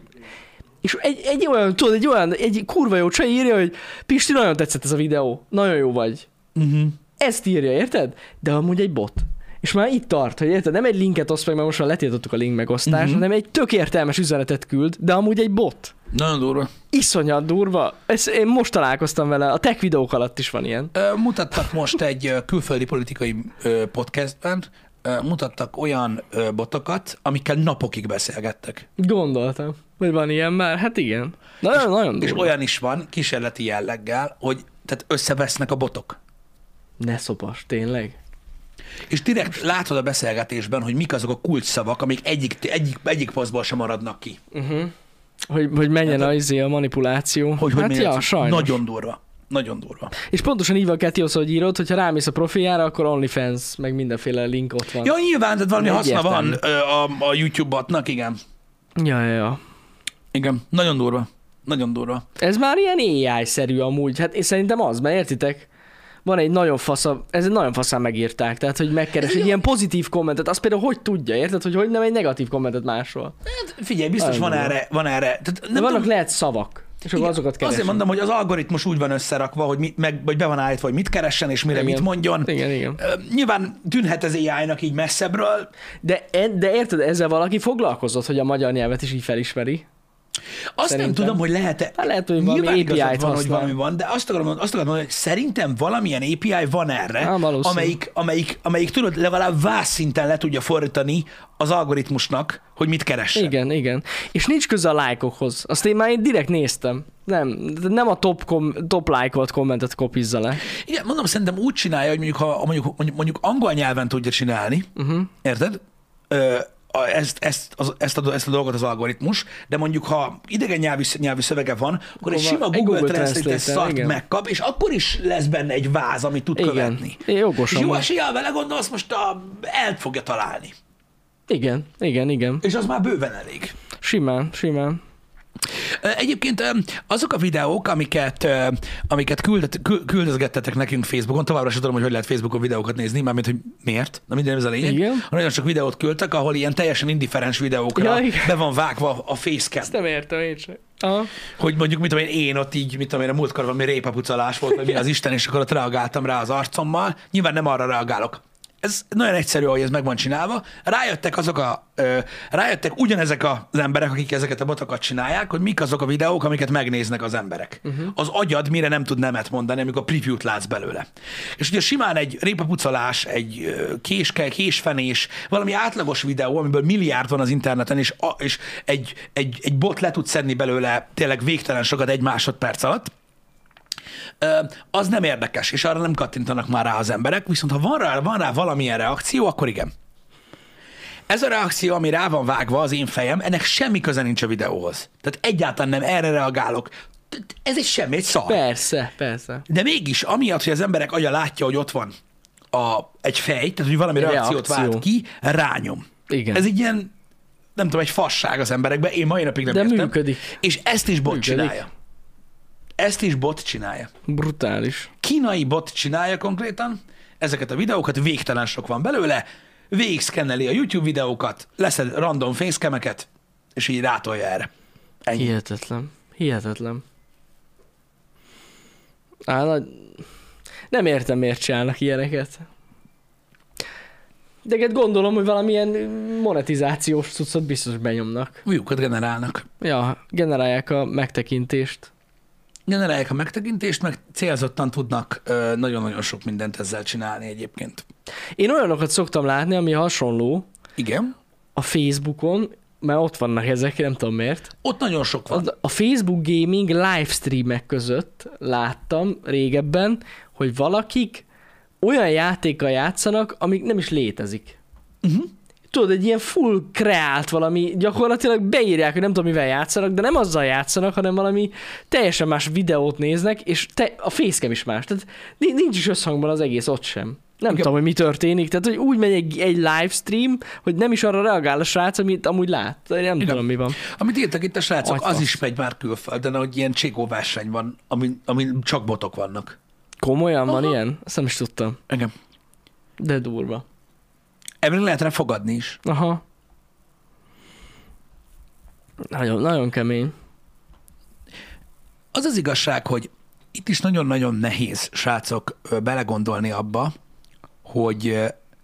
egy olyan, tudod, egy kurva jó csaj írja, hogy Pisti, nagyon tetszett ez a videó, nagyon jó vagy. Uh-huh. Ezt írja, érted? De amúgy egy bot. És már itt tart, hogy érted, nem egy linket oszt meg, mert most már letiltottuk a link megosztást, hanem egy tök értelmes üzenetet küld, de amúgy egy bot. Nagyon durva. Iszonyat durva. Én most találkoztam vele, a tech videók alatt is van ilyen. Mutattak most egy külföldi politikai podcastben, mutattak olyan botokat, amikkel napokig beszélgettek. Gondoltam, hogy van ilyen már. Hát igen. Nagyon durva. És olyan is van, kísérleti jelleggel, hogy tehát összevesznek a botok. Ne szopas, tényleg. És direkt látod a beszélgetésben, hogy mik azok a kulcsszavak, amik egyik posztból sem maradnak ki. Uh-huh. Hogy menjen a manipuláció. Hogy ja, sajnos. Nagyon durva. Nagyon durva. És pontosan így van Ketihoz, hogy írod, hogyha rámész a profiljára, akkor OnlyFans, meg mindenféle link ott van. Ja, nyilván, tehát valami haszna van a YouTube-botnak, igen. Ja. Igen, nagyon durva. Nagyon durva. Ez már ilyen AI-szerű amúgy. Hát én szerintem az, mert értitek? Van egy nagyon ez egy nagyon faszán megírták, tehát hogy megkeres egy ilyen pozitív kommentet, azt például hogy tudja, érted, hogy nem egy negatív kommentet másról. Hát figyelj, biztos van erre. Tehát nem vannak lehet szavak, és akkor azokat keresem. Azért mondom, hogy az algoritmus úgy van összerakva, hogy be van állítva, hogy mit keressen, és mire mit mondjon. Igen. Nyilván tűnhet az AI-nak így messzebbről. De érted, ezzel valaki foglalkozott, hogy a magyar nyelvet is így felismeri? Azt szerintem. Nem tudom, hogy lehet-e. Hát lehet, hogy valami API-t van, hogy valami van, de azt akarom mondani, hogy szerintem valamilyen API van erre, amelyik tudod, legalább vászszinten le tudja fordítani az algoritmusnak, hogy mit keressen. Igen. És nincs köze a lájkokhoz. Azt én már direkt néztem. Nem a top lájkolt kommentet kopizza le. Igen, mondom, szerintem úgy csinálja, hogy mondjuk angol nyelven tudja csinálni, érted? Ezt a dolgot az algoritmus, de mondjuk ha idegen nyelvű szövege van, akkor egy sima Google Translate szart megkap, és akkor is lesz benne egy váz, amit tud követni. Jogos. És jó eséllyel vele gondolsz, most el fogja találni. Igen. És az már bőven elég. Simán. Egyébként azok a videók, amiket küldözgettetek nekünk Facebookon, továbbra sem tudom, hogy lehet Facebookon videókat nézni, mármint, hogy miért, na minden ez a lényeg. Igen. Nagyon sok videót küldtek, ahol ilyen teljesen indiferens videókra be van vágva a facecam. Ezt nem értem én sem. Hogy mondjuk, mit tudom én ott így, mit tudom én, a múltkor valami répapucolás volt, vagy mi az Isten, és akkor ott reagáltam rá az arcommal. Nyilván nem arra reagálok. Ez nagyon egyszerű, hogy ez meg van csinálva. Rájöttek ugyanezek az emberek, akik ezeket a botokat csinálják, hogy mik azok a videók, amiket megnéznek az emberek. Az agyad mire nem tud nemet mondani, amikor preview-t látsz belőle. És ugye simán egy répapucolás, egy késfenés, valami átlagos videó, amiből milliárd van az interneten, és egy bot le tud szedni belőle tényleg végtelen sokat egy másodperc alatt, az nem érdekes, és arra nem kattintanak már rá az emberek, viszont ha van rá valamilyen reakció, akkor igen. Ez a reakció, ami rá van vágva az én fejem, ennek semmi köze nincs a videóhoz. Tehát egyáltalán nem erre reagálok. Ez egy semmi, egy szar. Persze. De mégis, amiatt, hogy az emberek agya látja, hogy ott van egy fej, tehát hogy valami reakciót vált ki, rányom. Igen. Ez egy ilyen, nem tudom, egy fasság az emberekben, én mai napig nem értem. De működik. És ezt is bot csinálja. Ezt is bot csinálja. Brutális. Kínai bot csinálja konkrétan ezeket a videókat, végtelen sok van belőle, végigszkenneli a YouTube videókat, leszed random facecameket, és így rátolja erre. Ennyi. Hihetetlen. Nem értem, miért csinálnak ilyeneket. De gondolom, hogy valamilyen monetizációs cuccot biztos benyomnak. View-kat generálnak. Ja, generálják a megtekintést. Generálják a megtekintést, meg célzottan tudnak nagyon-nagyon sok mindent ezzel csinálni egyébként. Én olyanokat szoktam látni, ami hasonló. Igen. a Facebookon, mert ott vannak ezek, nem tudom miért. Ott nagyon sok van. A Facebook Gaming livestreamek között láttam régebben, hogy valakik olyan játékkal játszanak, amik nem is létezik. Tudod, egy ilyen full kreált valami, gyakorlatilag beírják, hogy nem tudom, mivel játszanak, de nem azzal játszanak, hanem valami teljesen más videót néznek, és a facecam is más. Tehát nincs is összhangban az egész ott sem. Nem tudom, hogy mi történik. Tehát, hogy úgy megy egy livestream, hogy nem is arra reagál a srác, amit amúgy lát. Nem tudom, mi van. Amit írtak itt a srácok, az is megy már külföldön, hogy ilyen cségó verseny van, amin csak botok vannak. Komolyan van ilyen? Azt nem is tudtam. Igen. De durva. Ebben lehet rá fogadni is. Aha. Nagyon, nagyon kemény. Az az igazság, hogy itt is nagyon-nagyon nehéz, srácok, belegondolni abba, hogy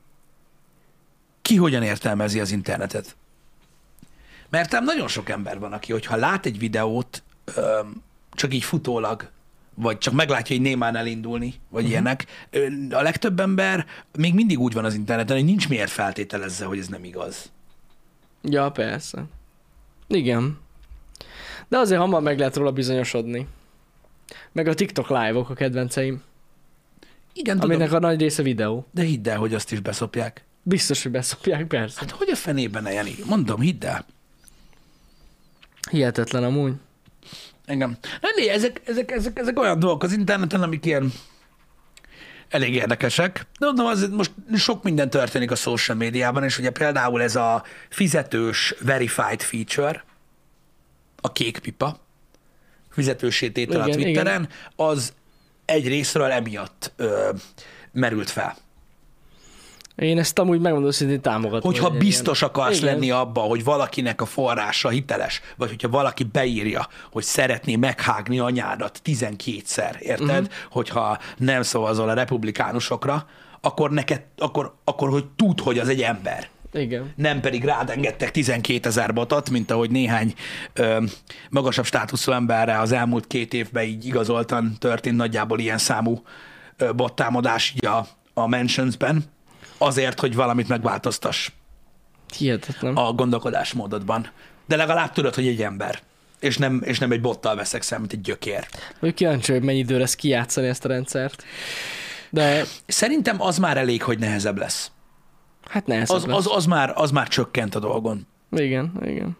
ki hogyan értelmezi az internetet. Mert nagyon sok ember van, aki, hogyha lát egy videót, csak így futólag, vagy csak meglátja, hogy némán elindulni, vagy ilyenek, a legtöbb ember még mindig úgy van az interneten, hogy nincs miért feltételezze, hogy ez nem igaz. Ja, persze. Igen. De azért hamar meg lehet róla bizonyosodni. Meg a TikTok live-ok a kedvenceim. Igen, tudom. Aminek a nagy része videó. De hidd el, hogy azt is beszopják. Biztos, hogy beszopják, persze. Hát hogy a fenében ne, Jani? Mondom, hidd el. Hihetetlen amúgy. Engem. Ezek olyan dolgok az interneten, amik ilyen elég érdekesek. De mondom, azért most sok minden történik a social médiában, és ugye például ez a fizetős verified feature, a kék pipa, fizetőssé tétel a Twitteren, az egy részről emiatt merült fel. Én ezt amúgy megmondom, hogy támogatom. Hogyha biztos akarsz lenni abban, hogy valakinek a forrása hiteles, vagy hogyha valaki beírja, hogy szeretné meghágni anyádat 12-szer, érted? Hogyha nem szavazol a republikánusokra, akkor neked, akkor hogy tudd, hogy az egy ember. Igen. Nem pedig rád engedtek 12 000 botot, mint ahogy néhány magasabb státuszú emberre az elmúlt 2 évben így igazoltan történt nagyjából ilyen számú bottámadás így a Mansionsben, azért, hogy valamit megváltoztass. Hihetetlen. A gondolkodásmódodban. De legalább tudod, hogy egy ember. És nem egy bottal veszek szem, mint egy gyökér. Vagy kíváncsi, hogy mennyi időre lesz kijátszani ezt a rendszert. De szerintem az már elég, hogy nehezebb lesz. Hát nehezebb lesz. Az már csökkent a dolgon. Igen.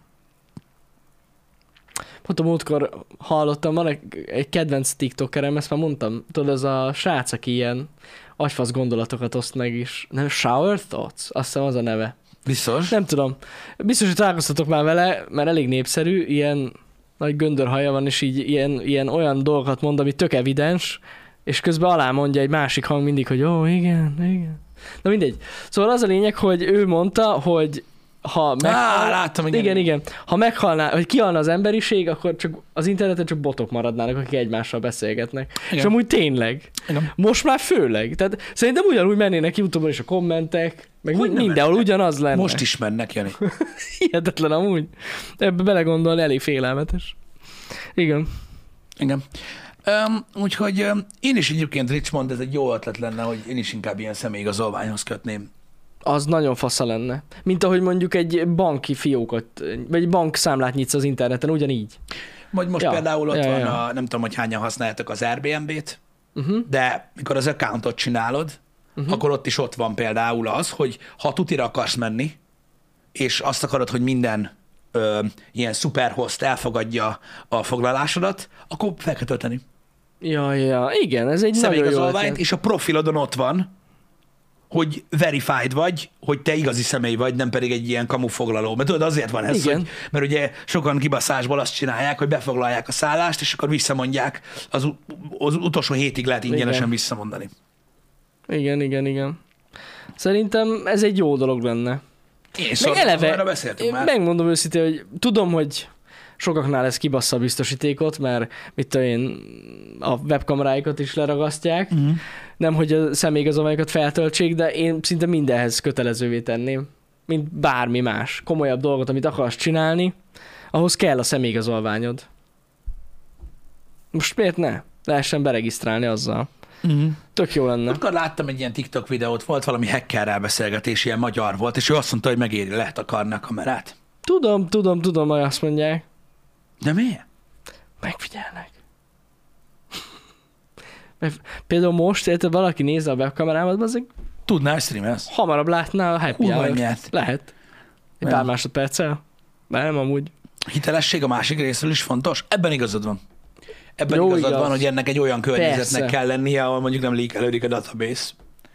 Pont a múltkor hallottam, van egy kedvenc tiktokerem, ezt már mondtam, tudod, az a srác, aki ilyen agyfasz gondolatokat oszt meg is. Nem, Shower Thoughts? Azt hiszem az a neve. Biztos? Nem tudom. Biztos, hogy találkoztatok már vele, mert elég népszerű, ilyen nagy göndörhaja van, és így ilyen olyan dolgokat mond, ami tök evidens, és közben alá mondja egy másik hang mindig, hogy igen. Na mindegy. Szóval az a lényeg, hogy ő mondta, hogy ha láttam, igen. Ha meghalná, hogy kihalna az emberiség, akkor csak az interneten csak botok maradnának, akik egymással beszélgetnek. Igen. És amúgy tényleg. Igen. Most már főleg. Tehát szerintem ugyanúgy mennének YouTube-on is a kommentek, meg mindenhol ugyanaz lenne. Most is mennek, Jani. Hihetetlen amúgy. Ebbe belegondolni elég félelmetes. Igen. Úgyhogy én is egyébként, Richmond, ez egy jó ötlet lenne, hogy én is inkább ilyen személyigazolványhoz kötném. Az nagyon fasza lenne. Mint ahogy mondjuk egy banki fiókot, vagy bankszámlát nyitsz az interneten, ugyanígy. Most például ott van nem tudom, hogy hányan használjátok az Airbnb-t, de mikor az accountot csinálod, akkor ott van például az, hogy ha tutira akarsz menni, és azt akarod, hogy minden ilyen superhost elfogadja a foglalásodat, akkor fel kell tölteni. Ja, igen, ez egy nagyon jó ötlet. És a profilodon ott van, hogy verified vagy, hogy te igazi személy vagy, nem pedig egy ilyen kamufoglaló. Mert tudod, azért van ez, hogy, mert ugye sokan kibaszásból azt csinálják, hogy befoglalják a szállást, és akkor visszamondják, az utolsó hétig lehet ingyenesen visszamondani. Igen. Szerintem ez egy jó dolog lenne. Eleve, megmondom őszintén, hogy tudom, hogy sokaknál ez kibassza a biztosítékot, mert mit tudom én, a webkameráikat is leragasztják, nem, hogy a személyigazolványokat feltöltsék, de én szinte mindenhez kötelezővé tenném, mint bármi más. Komolyabb dolgot, amit akarsz csinálni, ahhoz kell a személyigazolványod. Most miért ne? Lehessen beregisztrálni azzal. Tök jó lenne. Akkor láttam egy ilyen TikTok videót, volt valami hackerrel beszélgetés, ilyen magyar volt, és ő azt mondta, hogy megéri, lehet akarni a kamerát. Tudom, hogy azt mondják. De miért? Megfigyelnek. Például most, érted, valaki nézze a webkamerámat, azért Tudnál, hogy streamelsz? hamarabb látná a happy Hú, hour-t. nyert. Lehet. Egy Nem. pár másodperccel. Nem, amúgy. Hitelesség a másik részről is fontos. Ebben igazad van. Ebben Jó, igazad igaz. van, hogy ennek egy olyan környezetnek Persze. kell lennie, ahol mondjuk nem leakelődik a database.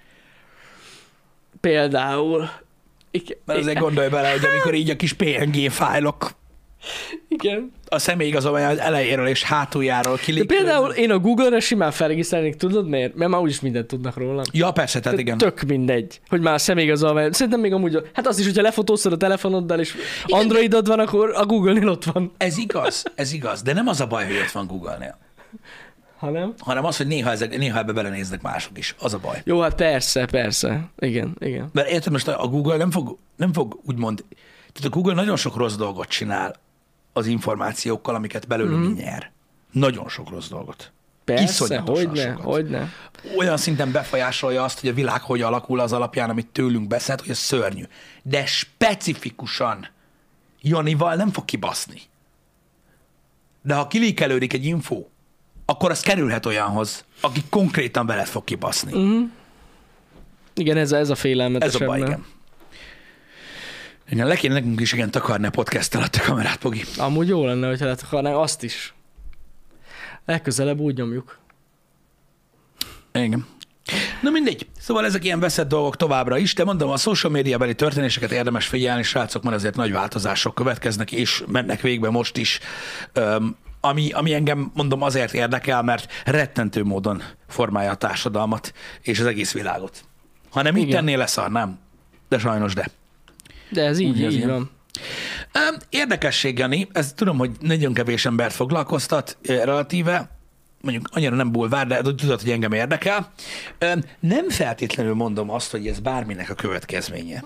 Például. Mert azért gondolj bele, hogy amikor így a kis PNG fájlok Igen. a személyigazolvány elejéről és hátuljáról De kilékelődnek. például én a Google-re simán felregisztrálnék, tudod miért? Mert már úgyis mindent tudnak rólam. Ja, persze, tehát igen. Tök mindegy, hogy már személyigazolvány. Szerintem még amúgy, hát az is, hogyha lefotózod a telefonoddal, és Androidod van, akkor a Google-nél ott van. Ez igaz, de nem az a baj, hogy ott van Google-nél, hanem az, hogy néha ebbe belenéznek mások is. Az a baj. Jó, hát persze. Igen. Mert érted, most a Google nem fog úgymond, tehát a Google nagyon sok rossz dolgot csinál az információkkal, amiket belőlünk nyer. Nagyon sok rossz dolgot. Persze, Iszonyatosan sokat. hogyne. Olyan szinten befolyásolja azt, hogy a világ hogy alakul az alapján, amit tőlünk beszélt, hogy ez szörnyű. De specifikusan Janival nem fog kibaszni. De ha kilíkelődik egy info, akkor az kerülhet olyanhoz, aki konkrétan veled fog kibaszni. Igen, ez a félelmetes. Ez a baj, igen. Igen, le kéne nekünk is igen takarni a podcast alatt a kamerát, Pogi. Amúgy jó lenne, hogyha letakarnánk azt is. Legközelebb úgy nyomjuk. Igen. Na mindegy. Szóval ezek ilyen veszett dolgok továbbra is, de mondom, a social media beli történéseket érdemes figyelni, srácok, mert azért nagy változások következnek, és mennek végbe most is. Ami engem, mondom, azért érdekel, mert rettentő módon formálja a társadalmat és az egész világot. Ha nem így Igen. tennél, leszarnám. De sajnos de. De ez így ilyen. van. Érdekesség, Jani, ez tudom, hogy nagyon kevés embert foglalkoztat relatíve, mondjuk annyira nem bulvár, de tudod, hogy engem érdekel. Nem feltétlenül mondom azt, hogy ez bárminek a következménye.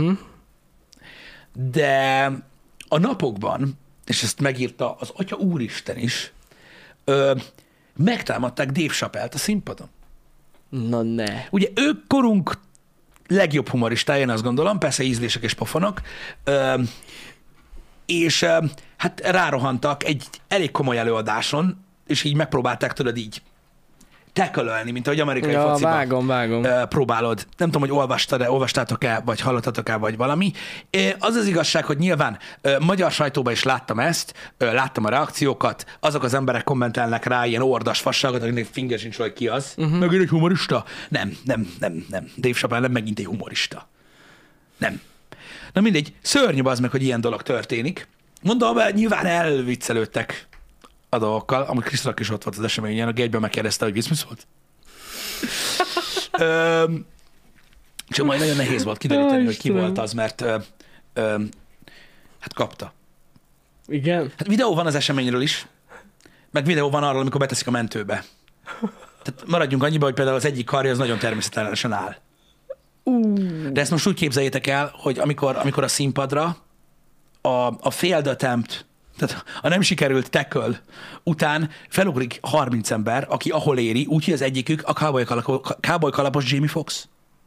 De a napokban, és ezt megírta az Atya Úristen is, megtámadták Dave Chappelle-t a színpadon. Na ne. Ugye ők korunk legjobb humoristája, én azt gondolom, persze ízlések és pofonok, és hát rárohantak egy elég komoly előadáson, és így megpróbálták, tudod, így tackle-ölni, mint ahogy amerikai fociban vágom. próbálod. Nem tudom, hogy olvastátok-e, vagy hallottatok-e, vagy valami. Az az igazság, hogy nyilván magyar sajtóban is láttam ezt, láttam a reakciókat, azok az emberek kommentelnek rá ilyen ordas fasságot, akinek finger sincs, hogy ki az. Megint egy humorista? Nem. Dave Chappelle nem megint egy humorista. Nem. Na mindegy, szörnyű az meg, hogy ilyen dolog történik. Mondom, nyilván elviccelődtek a dolgokkal, amúgy Krisztak is ott volt az eseményen, a Gegyben megkérdezte, hogy Will Smith volt. Csak majd nagyon nehéz volt kideríteni, hogy ki volt az, mert hát kapta. Igen? Hát videó van az eseményről is, meg videó van arról, amikor beteszik a mentőbe. Tehát maradjunk annyiba, hogy például az egyik karja az nagyon természetelenesen áll. De ezt most úgy képzeljétek el, hogy amikor a színpadra a failed attempt, tehát a nem sikerült tackle után felugrik 30 ember, aki ahol éri, úgyhogy az egyikük a cowboy kalapos Jamie Foxx.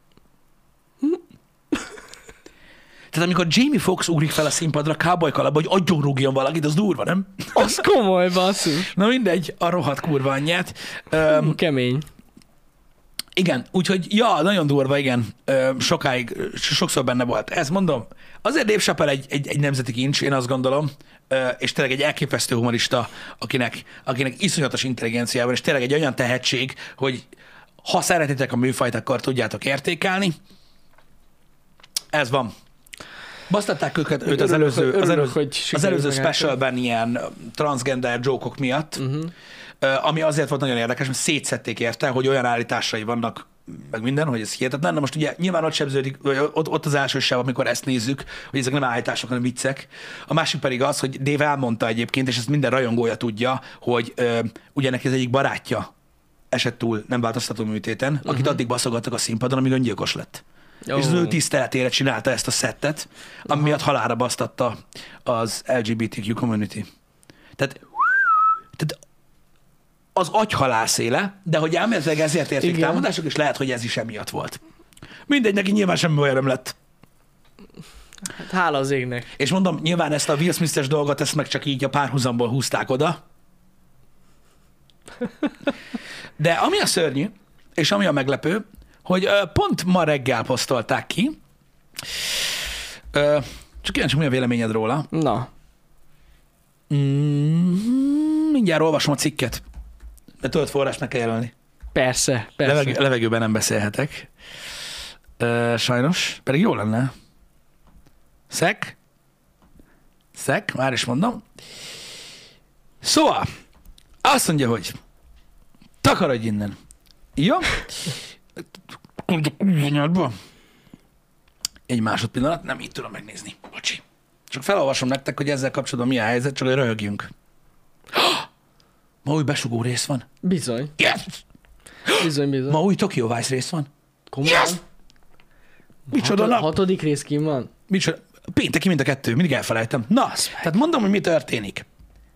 Tehát amikor Jamie Foxx ugrik fel a színpadra cowboy kalapba, hogy agyon-rúgjon valakit, az durva, nem? Az komoly, basszus. Na mindegy, a rohadt kurva anyját. Kemény. Igen, úgyhogy ja, nagyon durva, igen, sokszor benne volt. Ezt mondom, azért Dave Chappelle egy nemzeti kincs, én azt gondolom, és tényleg egy elképesztő humorista, akinek iszonyatos intelligenciával, és tényleg egy olyan tehetség, hogy ha szeretitek a műfajt, akkor tudjátok értékelni. Ez van. Basztatták őt az előző specialben ilyen transgender jókok miatt, ami azért volt nagyon érdekes, mert szétszették érte, hogy olyan állításai vannak, meg minden, hogy ez hihetetlen. Na most ugye nyilván ott sebződik, ott az első sáv, amikor ezt nézzük, hogy ezek nem állítások, hanem viccek. A másik pedig az, hogy Dave elmondta egyébként, és ezt minden rajongója tudja, hogy ugye neki az egyik barátja esett túl nem változtató műtéten, akit addig baszogattak a színpadon, amíg öngyilkos lett. Oh. És az ő tiszteletére csinálta ezt a szettet, ami miatt halálra basztatta az LGBTQ community. Tehát az agyhalászéle, de hogy elméletileg ezért érték támadások, és lehet, hogy ez is emiatt volt. Mindegy, neki nyilván semmi olyan nem lett. Hát hála az égnek. És mondom, nyilván ezt a Will Smith-es dolgot, ezt meg csak így a párhuzamból húzták oda. De ami a szörnyű, és ami a meglepő, hogy pont ma reggel posztolták ki, csak kíváncsi, mi a véleményed róla. Na. Mindjárt olvasom a cikket, de tudod, forrást meg kell jelölni. Persze. Levegőben nem beszélhetek. Sajnos, pedig jó lenne. Szek, már is mondom. Szóval, azt mondja, hogy takarodj innen. Jó? Egy másodpillanat, nem így tudom megnézni. Bocsi. Csak felolvasom nektek, hogy ezzel kapcsolatban mi a helyzet, csak hogy röhögjünk. Ma új besugó rész van. Bizony. Yes! Bizony. Ma új Tokyo Vice rész van. Komolyan? Yes! Micsoda nap? 6. rész kim van? Micsoda? Pénteki mind a kettő, mindig elfelejtem. Na, tehát mondom, hogy mi történik.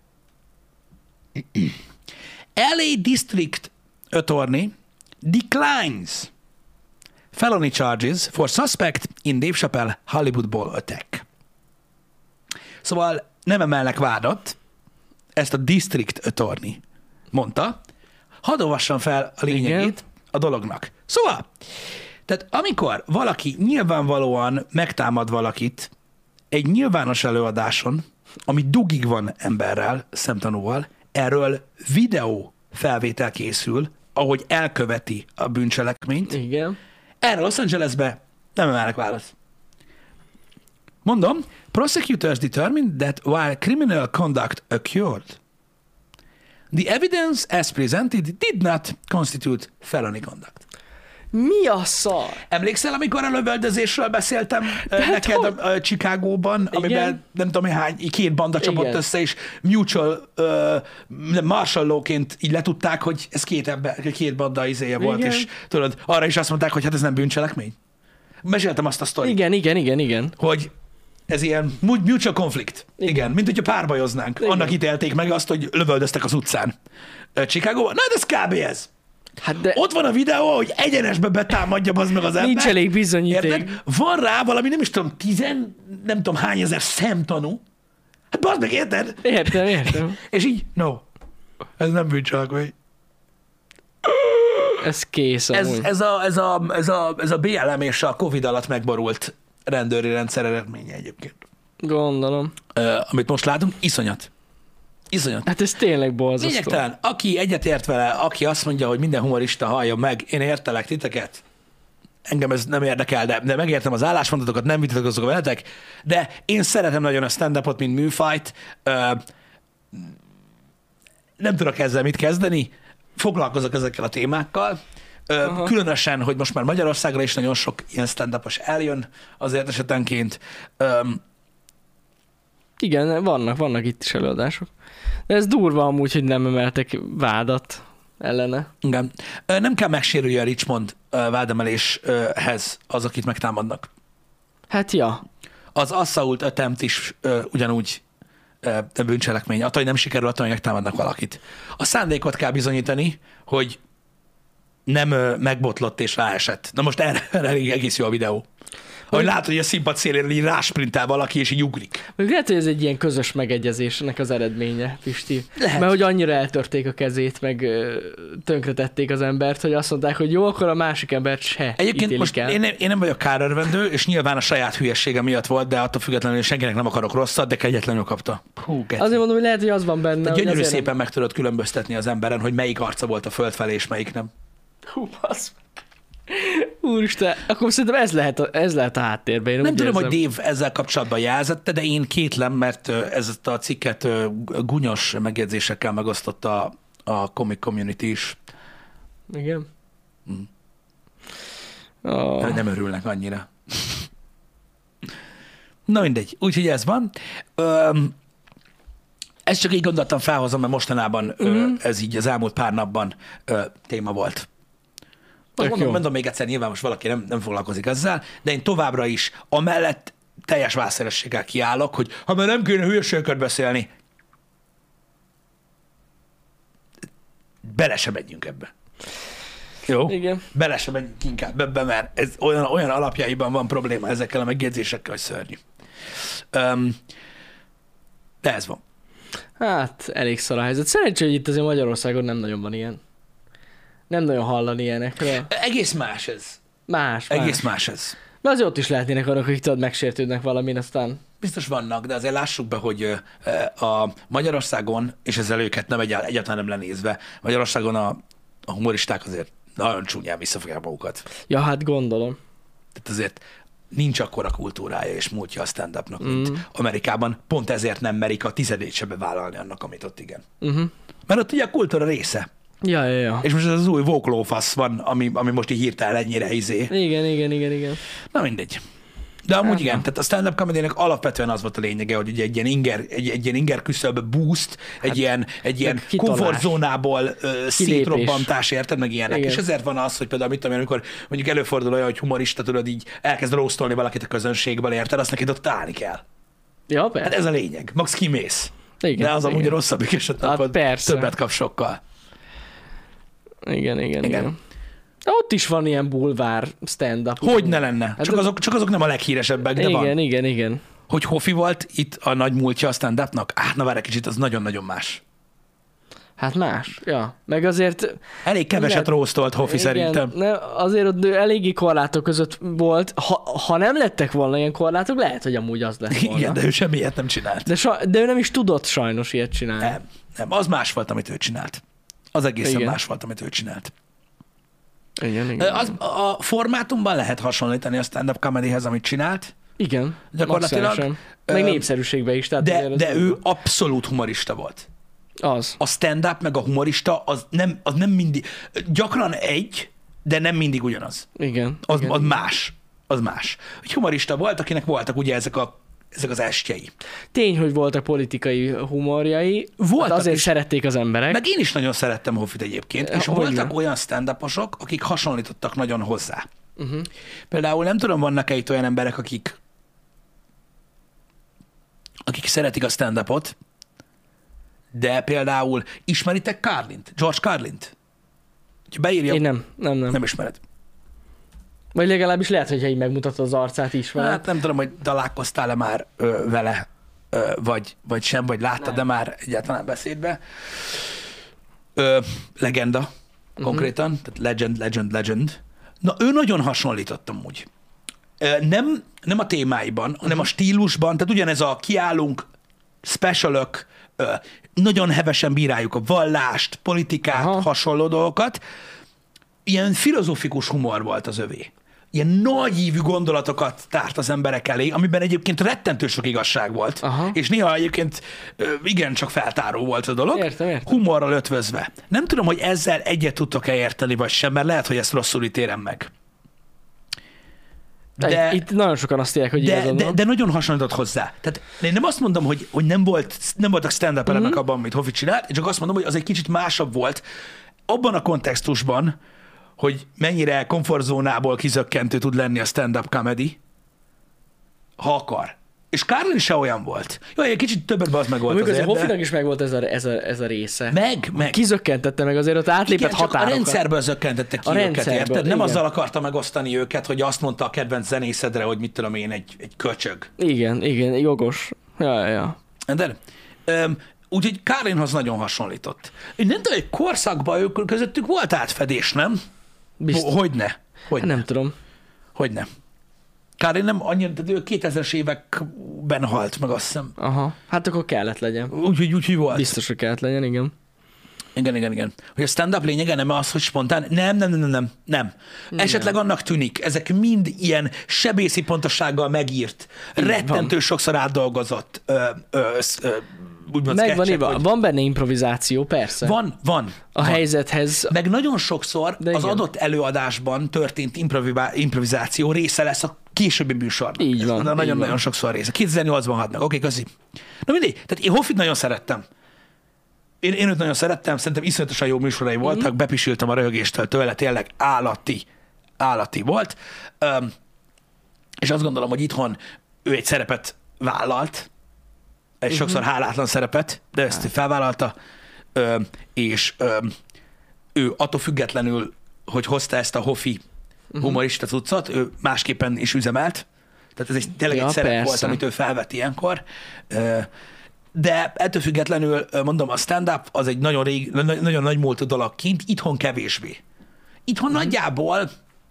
LA District Attorney declines felony charges for suspect in Dave Chappelle Hollywood Bowl attack. Szóval nem emelnek vádat, ezt a District Attorney mondta. Hadd olvassam fel a lényegét a dolognak. Szóval, tehát amikor valaki nyilvánvalóan megtámad valakit egy nyilvános előadáson, ami dugig van emberrel, szemtanúval, erről videó felvétel készül, ahogy elköveti a bűncselekményt. Igen. Erre Los Angelesbe nem emelnek választ. Mondom, prosecutors determined that while criminal conduct occurred, the evidence as presented did not constitute felony conduct. Mi a szar? Emlékszel, amikor a lövöldözésről beszéltem neked a Chicagóban, amiben nem tudom hány, két banda csapott össze, és mutual martial law-ként így letudták, hogy ez két banda izéje volt, és tudod, arra is azt mondták, hogy hát ez nem bűncselekmény. Meséltem azt a sztorit. Igen. Hogy ez ilyen mutual conflict. Igen, mint hogyha párbajoznánk. Igen. Annak ítélték meg azt, hogy lövöldöztek az utcán Chicagóban. Na, ez kb. Ez. Hát de... Ott van a videó, hogy egyenesbe betámadja az meg az ember. Nincs elég bizonyíték. Érted? Van rá valami, nem is tudom, nem tudom hány ezer szemtanú. Hát bazd meg, érted? Értem. És így, no, ez nem bűncselekmény. Ez kész amúgy. Ez a BLM és a Covid alatt megborult rendőri rendszer eredménye egyébként. Gondolom. Amit most látunk, iszonyat. Hát ez tényleg borzasztó. Lényegtelen, aki egyetért vele, aki azt mondja, hogy minden humorista halljon meg, én értelek titeket, engem ez nem érdekel, de megértem az álláspontotokat, nem vitatkozok veletek, de én szeretem nagyon a stand-upot, mint műfajt, nem tudok ezzel mit kezdeni, foglalkozok ezekkel a témákkal, különösen, hogy most már Magyarországra is nagyon sok ilyen stand-upos eljön azért esetenként. Igen, vannak itt is előadások. De ez durva amúgy, hogy nem emeltek vádat ellene. Igen. Nem kell megsérülje a Richmond vádemeléshez az, akit megtámadnak. Hát ja. Az assault attempt is ugyanúgy bűncselekmény. Attól, hogy nem sikerül, attól, hogy megtámadnak valakit. A szándékot kell bizonyítani, hogy nem megbotlott és ráesett. Na most erre egész jó a videó. Ahogy látod, hogy a színpad széléről így rásprintál valaki, és így ugrik. Lehet, hogy ez egy ilyen közös megegyezésnek az eredménye, Pisti. Lehet. Mert hogy annyira eltörték a kezét, meg tönkretették az embert, hogy azt mondták, hogy jó, akkor a másik embert se Egyébként most el. Én nem vagyok kárörvendő, és nyilván a saját hülyessége miatt volt, de attól függetlenül senkinek nem akarok rosszat, de kegyetlenül kapta. Azért mondom, hogy lehet, hogy az van benne. Gyönyörű szépen nem... meg tudod különböztetni az emberen, hogy melyik arca volt a föld felé, és melyik nem. Basz. Úristen, akkor szerintem ez lehet a háttérben. Én nem tudom, hogy Dave ezzel kapcsolatban jelzette, de én kétlem, mert ezt a cikket gúnyos megjegyzésekkel megosztotta a comic community is. Igen? Nem örülnek annyira. Na mindegy, úgyhogy ez van. Ezt csak így gondoltam, felhozom, mert mostanában ez így az elmúlt pár napban téma volt. Mondom még egyszer, nyilván most valaki nem foglalkozik ezzel, de én továbbra is amellett teljes vászélességgel kiállok, hogy ha már nem kéne hülyeségeket beszélni, bele se megyünk ebbe. Jó? Igen. Bele se megyünk inkább ebbe, mert ez olyan alapjaiban van probléma ezekkel a megjegyzésekkel, hogy szörnyű. De ez van. Hát, elég szar a helyzet. Szerencsé, hogy itt azért Magyarországon nem nagyon van ilyen. Nem nagyon hallani ilyenekre. Egész más ez. Más. Egész más ez. De azért ott is lehetnének olyanok, akik tudod, megsértődnek valamin, aztán... Biztos vannak, de azért lássuk be, hogy a Magyarországon, és ezzel őket nem egyáltalán nem lenézve, Magyarországon a humoristák azért nagyon csúnyán visszafogják magukat. Ja, hát gondolom. Tehát azért nincs akkora kultúrája és múltja a stand-upnak, mint Amerikában. Pont ezért nem merik a tizedét se bevállalni annak, amit ott igen. Mert ott ugye a kultúra része. Ja. És most ez az új vóklófasz van, ami most így hirtelen ennyire Igen. Na mindegy. De amúgy igen, tehát a stand-up comedynek alapvetően az volt a lényege, hogy ugye egy ilyen inger küszöb boost, egy ilyen komfortzónából szétrobbantás, érted, meg ilyenek. Igen. És ezért van az, hogy például mit tudom én, amikor mondjuk előfordul olyan, hogy humorista, tudod, így elkezd roastolni valakit a közönségből, érted, azt neked ott állni kell. Ja, persze. Hát ez a lényeg. Max kimész. Igen, de az amúgy a rosszabbik esetben többet kap sokkal. Igen. De ott is van ilyen bulvár stand-up. Hogy ne lenne? Hát csak azok nem a leghíresebbek, de van. Igen. Hogy Hofi volt itt a nagy múltja a stand-upnak? Na várj egy kicsit, az nagyon-nagyon más. Hát más, ja. Meg azért... Elég keveset roastolt Hofi szerintem. Azért ott eléggé korlátok között volt. Ha nem lettek volna ilyen korlátok, lehet, hogy amúgy az lett volna. Igen, de ő semmi ilyet nem csinált. De ő nem is tudott sajnos ilyet csinálni. Nem, az más volt, amit ő csinált. Az egészen más volt, amit ő csinált. Igen. A formátumban lehet hasonlítani a stand-up comedyhez, amit csinált. Igen, gyakorlatilag. Meg népszerűségbe is. Tehát de ő abszolút humorista volt. Az. A stand-up meg a humorista az nem mindig, gyakran de nem mindig ugyanaz. Igen. Az más. Az más. Egy humorista volt, akinek voltak ugye ezek az estjei. Tény, hogy voltak politikai humorjai, voltak, hát azért szerették az emberek. Meg én is nagyon szerettem Hofit egyébként, és voltak olyan stand-uposok, akik hasonlítottak nagyon hozzá. Például nem tudom, vannak-e itt olyan emberek, akik szeretik a stand-upot, de például ismeritek Carlint? George Carlint? Beírja. Én nem. Nem ismered. Vagy legalábbis lehet, hogyha így megmutatod az arcát is. Hát nem tudom, hogy találkoztál-e már vele, vagy sem, vagy láttad, de már egyáltalán beszédbe. Legenda, konkrétan, tehát legend. Na, ő nagyon hasonlítottam úgy. Nem a témáiban, hanem a stílusban, tehát ugyanez a kiállunk, specialök, nagyon hevesen bíráljuk a vallást, politikát, hasonló dolgokat. Ilyen filozófikus humor volt az övé. Ilyen nagyívű gondolatokat tárt az emberek elé, amiben egyébként rettentő sok igazság volt. És néha egyébként igencsak feltáró volt a dolog. Értem. Humorral ötvözve. Nem tudom, hogy ezzel egyet tudtok-e érteni, vagy sem, mert lehet, hogy ezt rosszul ítélem meg. Itt nagyon sokan azt írják, hogy de nagyon hasonlított hozzá. Tehát én nem azt mondom, hogy nem voltak stand-up elemek abban, amit Hofi csinált, én csak azt mondom, hogy az egy kicsit másabb volt abban a kontextusban, hogy mennyire komfortzónából kizökkentő tud lenni a stand-up comedy, ha akar. És Carlin se olyan volt. Jó, egy kicsit többet az meg volt azért. Hofinak is meg volt ez a része. Meg. Kizökkentette meg azért, ott átlépett határokat. A rendszerből zökkentette ki őket, érted? Nem azzal akarta megosztani őket, hogy azt mondta a kedvenc zenészedre, hogy mit tudom én, egy köcsög. Igen, jogos. Ja. De úgyhogy Carlinhoz nagyon hasonlított. Én nem tudom, hogy korszakban ők közöttük volt átfedés, nem? Hogyne. Nem tudom. Hogyne. Carlin nem annyira, de ő 2000-es években halt meg, azt hiszem. Hát akkor kellett legyen. Úgyhogy volt. Biztos, hogy kellett legyen, igen. Igen. Hogy a stand-up lényege nem az, hogy spontán. Nem. Esetleg annak tűnik. Ezek mind ilyen sebészi pontossággal megírt, rettentő sokszor átdolgozott úgymond van benne improvizáció, persze. Van. A helyzethez. Meg nagyon sokszor az adott előadásban történt improvizáció része lesz a későbbi műsornak. Így van. Nagyon-nagyon sokszor része. 2008-ban halt meg. Oké, köszi. Na mindegy. Tehát én Hofit nagyon szerettem. Én őt nagyon szerettem, szerintem iszonyatosan jó műsorai voltak, bepisültem a röhögéstől tőle, tényleg állati volt. És azt gondolom, hogy itthon ő egy szerepet vállalt, egy sokszor hálátlan szerepet, de ezt felvállalta, és ő attól függetlenül, hogy hozta ezt a Hofi humorista cuccot, ő másképpen is üzemelt. Tehát ez tényleg egy szerep volt, amit ő felvett ilyenkor. De ettől függetlenül, mondom, a stand-up az egy nagyon nagy múltú dolog kint, itthon kevésbé. Itthon nagyjából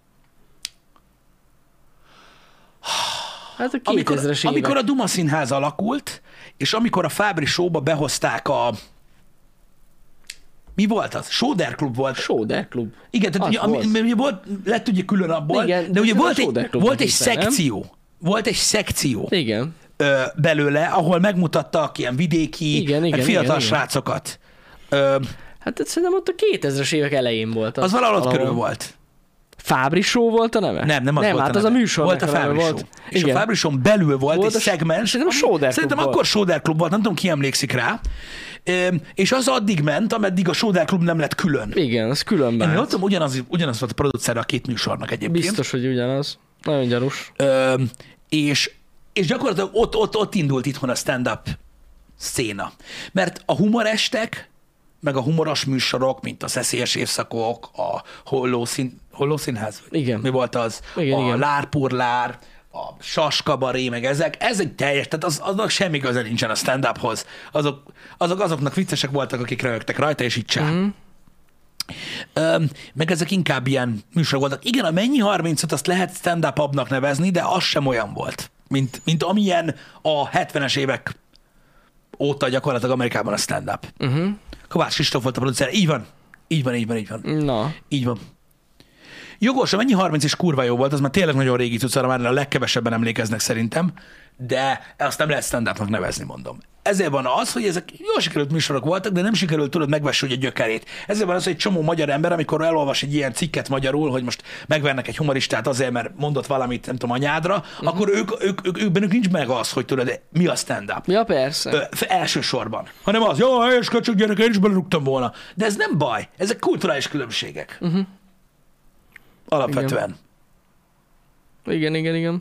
hát a 2000-es amikor a Duma Színház alakult, és amikor a Fábri Show-ba behozták mi volt az? Soder Klub volt. Soder Klub. Igen, tehát ugye volt, lett ugye külön abból, igen, de ugye volt egy szekció. Nem? Volt egy szekció. Igen. Belőle, ahol megmutattak ilyen vidéki, meg fiatal srácokat. Hát szerintem ott a 2000-es évek elején volt. Az valahol ott körül volt. Fábri Show volt a neve? Nem az volt hát a neve. Az a műsor volt a Fábri Show. És a Fábri Show-n belül volt egy szegmens. Szerintem akkor Soder Klub volt, nem tudom, ki emlékszik rá. És az addig ment, ameddig a Soder Klub nem lett külön. Igen, az különben. Én tudom, ugyanaz volt a producer a két műsornak egyébként. Biztos, hogy ugyanaz. Nagyon gyanús. És gyakorlatilag ott indult itthon a stand-up széna. Mert a humorestek, meg a humoros műsorok, mint a Szeszélyes évszakok, a Holló Színház? Igen. Mi volt az? Igen. Lárpurlár, a Saskabaré, meg ezek. Ez egy teljes, tehát aznak semmi köze nincsen a stand-uphoz. Azoknak viccesek voltak, akik röhögtek rajta, és így csá. Meg ezek inkább ilyen műsorok voltak. Igen, a Mennyi 35 azt lehet stand-up-abnak nevezni, de az sem olyan volt, mint amilyen a 70-es évek óta gyakorlatilag Amerikában a stand-up. Kovács Kristóf volt a producer. Így van. Na. Így van. Jogos, a Mennyi 30 is kurva jó volt, az már tényleg nagyon régi cuccara, már a legkevesebben emlékeznek szerintem, de azt nem lehet stand-upnak nevezni, mondom. Ezért van az, hogy ezek jól sikerült műsorok voltak, de nem sikerült tudod megvesni a gyökerét. Ezért van az, hogy egy csomó magyar ember, amikor elolvas egy ilyen cikket magyarul, hogy most megvernek egy humoristát azért, mert mondott valamit, nem tudom, anyádra, akkor ők bennük nincs meg az, hogy tudod, mi a stand-up. Ja, persze. Elsősorban. Hanem az, jó, helyes köcsög gyerek, én is belerúgtam volna. De ez nem baj. Ezek kulturális különbségek. Alapvetően. Igen.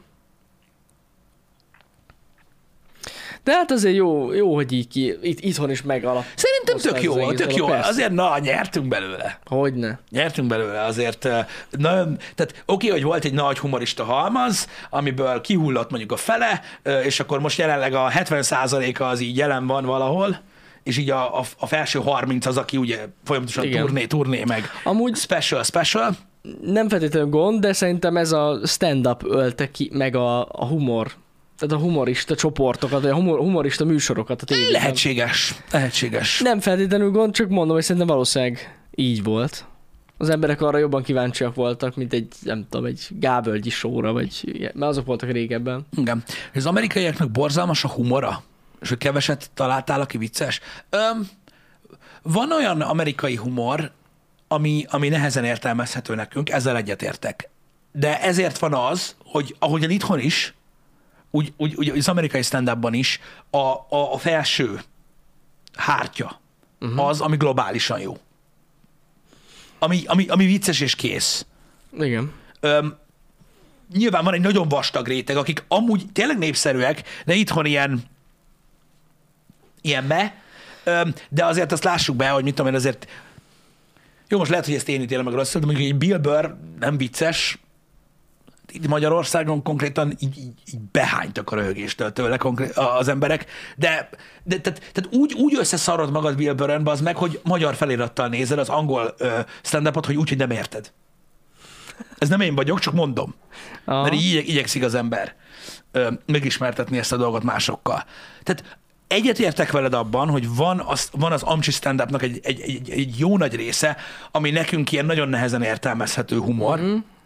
De hát azért jó hogy így itthon is megalap. Szerintem tök jó. Azért nyertünk belőle. Hogyne. Nyertünk belőle, azért nagyon, tehát oké, hogy volt egy nagy humorista halmaz, amiből kihullott mondjuk a fele, és akkor most jelenleg a 70%-a az így jelen van valahol, és így a felső 30 az, aki ugye folyamatosan turné meg. Amúgy special. Nem feltétlenül gond, de szerintem ez a stand-up ölte ki, meg a humor. Tehát a humorista csoportokat, vagy a humorista műsorokat a tévében. Lehetséges. Nem feltétlenül gond, csak mondom, hogy szerintem valószínűleg így volt. Az emberek arra jobban kíváncsiak voltak, mint egy Gábölgyi show-ra, mert azok voltak régebben. Igen. Az amerikaiaknak borzalmas a humora, és hogy keveset találtál, aki vicces. Van olyan amerikai humor, ami nehezen értelmezhető nekünk, ezzel egyetértek. De ezért van az, hogy ahogyan itthon is, úgy az amerikai stand-upban is a felső hártya az, ami globálisan jó. Ami vicces és kész. Igen. Nyilván van egy nagyon vastag réteg, akik amúgy tényleg népszerűek, de itthon ilyen de azért azt lássuk be, hogy mit tudom én, azért jó, most lehet, hogy ezt én ítélem meg rosszul, de mondjuk egy Bill Burr nem vicces, itt Magyarországon konkrétan így behánytak a röhögéstől tőle az emberek, de tehát úgy összeszarod magad Bill Burrenbe az meg, hogy magyar felirattal nézed az angol stand-upot, hogy úgy, hogy nem érted. Ez nem én vagyok, csak mondom. Aha. Mert így igyekszik az ember megismertetni ezt a dolgot másokkal. Tehát egyetértek veled abban, hogy van az amcsi stand-upnak egy jó nagy része, ami nekünk ilyen nagyon nehezen értelmezhető humor,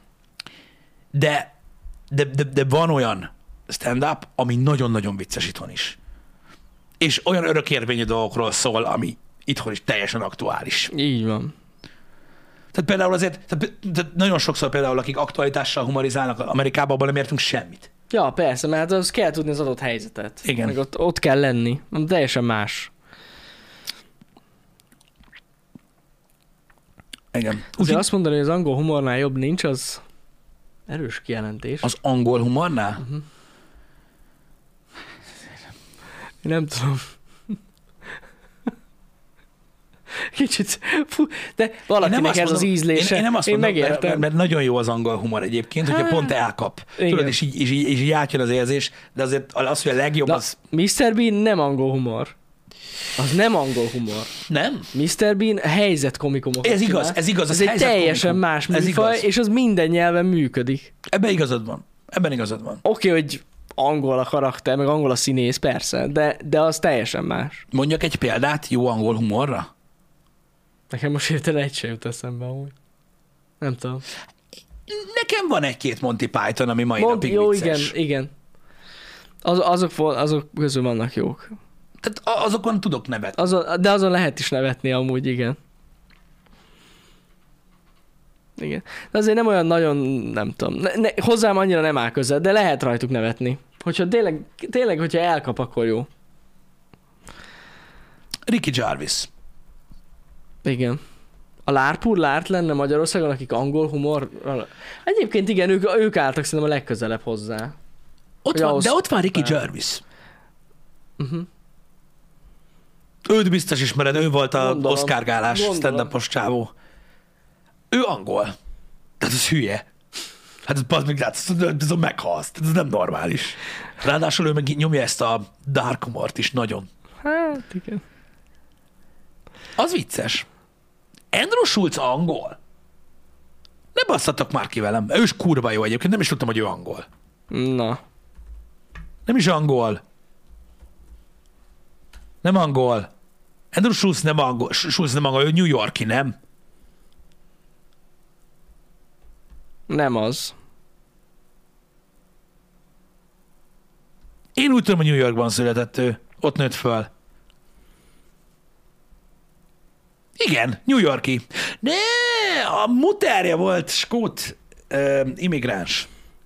de van olyan stand-up, ami nagyon-nagyon vicces itthon is. És olyan örökérvényű dolgokról szól, ami itthon is teljesen aktuális. Így van. Tehát például azért, tehát nagyon sokszor például, akik aktualitással humorizálnak Amerikában, abban nem értünk semmit. Ja, persze, mert az kell tudni az adott helyzetet. Igen. Meg ott kell lenni. Teljesen más. Igen. Azért azt mondani, hogy az angol humornál jobb nincs, az erős kijelentés. Az angol humornál? Nem tudom. Kicsit, de valakinek ez az ízlése. Én nem azt mondom, megértem. mert nagyon jó az angol humor egyébként, hogyha pont elkap. Igen. Tudod, és így átjön az érzés, de azért az, hogy a legjobb az... Mr. Bean nem angol humor. Az nem angol humor. Nem? Mr. Bean helyzetkomikumokat Ez igaz, csinál. ez igaz. Ez egy teljesen más műfaj, és az minden nyelven működik. Ebben igazad van. Ebben igazad van. Oké, hogy angol a karakter, meg angol a színész, persze, de az teljesen más. Mondjak egy példát jó angol humorra? Nekem most hirtelen egy sem jut eszembe amúgy. Nem tudom. Nekem van egy-két Monty Python, ami mai napig jó, vicces. igen. Azok közül vannak jók. Tehát azokon tudok nevetni. De azon lehet is nevetni amúgy, igen. Igen. De azért nem olyan nagyon, nem tudom. Hozzám annyira nem áll közel, de lehet rajtuk nevetni. Hogyha tényleg, hogyha elkap, akkor jó. Ricky Gervais. Igen. A Lárpúr Lárt lenne Magyarországon, akik angol humor... Egyébként igen, ők álltak szerintem a legközelebb hozzá. De ott van Ricky Gervais. Uh-huh. Őt biztos ismered, ő volt a Oscar gálás stand-up-os csávó. Ő angol. Tehát az hülye. Hát ez bazd meg, ez meghalsz. Ez nem normális. Ráadásul ő meg nyomja ezt a dark humort is nagyon. Hát igen. Az vicces. Andrew Schulz angol. Ne basszatok már ki velem. Ő is kurva jó egyébként. Nem is tudtam, hogy ő angol. Na. Nem is angol. Nem angol. Andrew Schulz nem angol. Ő New York-i, nem? Nem az. Én úgy tudom, hogy New Yorkban született ő. Ott nőtt föl. Igen, New York-i. Ne, a muterja volt skót immigráns.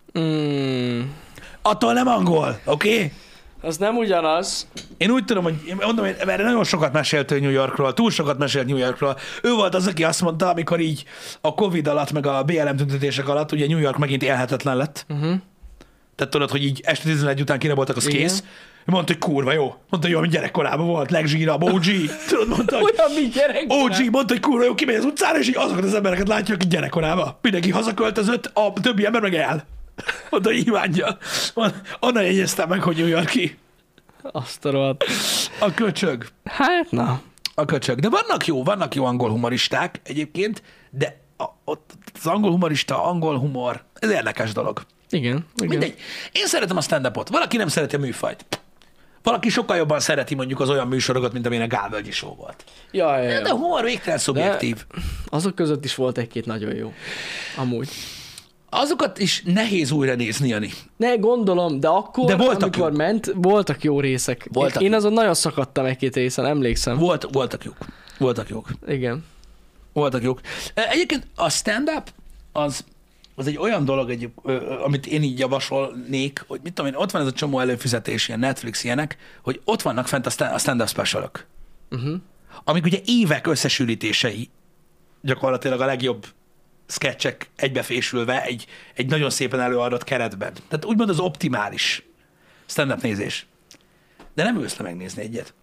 Attól nem angol, oké? Okay? Az nem ugyanaz. Én úgy tudom, hogy mondom, hogy erre nagyon sokat mesélt ő New Yorkról, túl sokat mesélt New Yorkról. Ő volt az, aki azt mondta, amikor így a Covid alatt, meg a BLM tüntetések alatt, ugye New York megint élhetetlen lett. Uh-huh. Tehát tudod, hogy így este 11 után kiraboltak, az kész. Ő mondta, hogy kurva jó. Mondta, hogy jó, mint gyerekkorában volt, legzsírabb, OG. Tudod, mondta, hogy olyan, mint gyerekkorában. OG, mondta, hogy kurva jó, kimegy az utcára, és így azokat az embereket látja, akik gyerekkorában. Mindenki hazaköltözött, a többi ember meg el. Mondta, hogy imádja. Onnan jegyeztem meg, hogy New York-i. Azt a rohadt. A köcsög. Hát na. A köcsög. De vannak jó angol humoristák egyébként, de az angol humor, ez érdekes dolog. Igen. Mindegy. Én szeretem a stand-upot. Valaki nem szereti a műfajt. Valaki sokkal jobban szereti mondjuk az olyan műsorokat, mint amilyen a Gálvölgyi Show volt. Ja. De a humor végtelen szubjektív. De azok között is volt egy-két nagyon jó. Amúgy. Azokat is nehéz újra nézni, Jani. Ne, gondolom, de akkor, de amikor jók. Ment, voltak jó részek. Én azon nagyon szakadtam egy-két részen, emlékszem. Voltak jók. Voltak jók. Igen. Voltak jók. Egyébként a stand-up az egy olyan dolog, amit én így javasolnék, hogy mit tudom én, ott van ez a csomó előfizetés, ilyen Netflix ilyenek, hogy ott vannak fent a stand-up specialok. Uh-huh. Amik ugye évek összesűrítései, gyakorlatilag a legjobb sketchek egybefésülve egy nagyon szépen előadott keretben. Tehát úgymond az optimális stand-up nézés. De nem ülsz le megnézni egyet.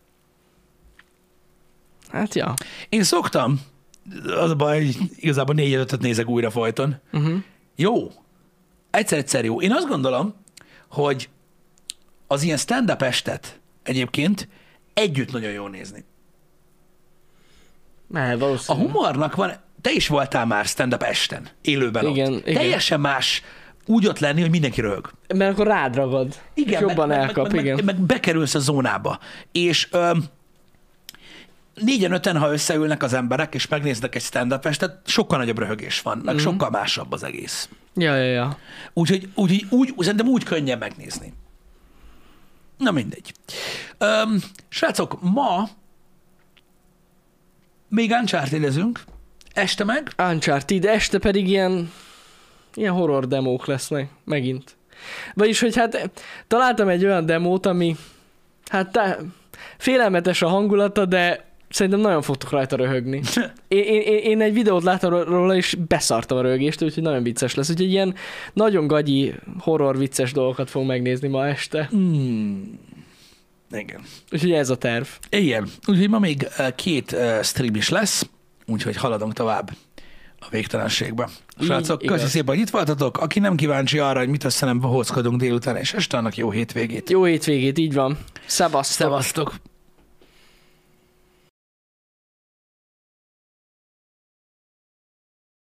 Hát ja. Én szoktam, az a baj, hogy igazából 4-5-öt nézek újra folyton. Uh-huh. Jó. Egyszer jó. Én azt gondolom, hogy az ilyen stand-up estet egyébként együtt nagyon jó nézni. A humornak van, te is voltál már stand-up esten, élőben igen, ott. Igen. Teljesen más úgy ott lenni, hogy mindenki röhög. Mert akkor rád ragad. Igen, jobban elkap, igen. Meg bekerülsz a zónába. És 4-5-en, ha összeülnek az emberek, és megnéznek egy stand-up estet, sokkal nagyobb röhögés van, meg sokkal másabb az egész. Ja. Úgyhogy szerintem úgy könnyen megnézni. Na mindegy. Srácok, ma még Uncharted-ezünk, este meg. Uncharted, este pedig ilyen horror demók lesznek, megint. Vagyis, hogy hát találtam egy olyan demót, ami hát félelmetes a hangulata, de szerintem nagyon fogtok rajta röhögni. Én egy videót láttam róla, és beszartam a röhögést, úgyhogy nagyon vicces lesz. Úgyhogy ilyen nagyon gagyi, horror vicces dolgokat fogunk megnézni ma este. Igen. Úgyhogy ez a terv. Igen. Úgyhogy ma még 2 stream is lesz, úgyhogy haladunk tovább a végtelenségbe. Srácok, köszi szépen, hogy itt voltatok. Aki nem kíváncsi arra, hogy mit össze nem bohózkodunk délután és este, annak jó hétvégét. Jó hétvégét, így van. Szevasztok. Szevasztok.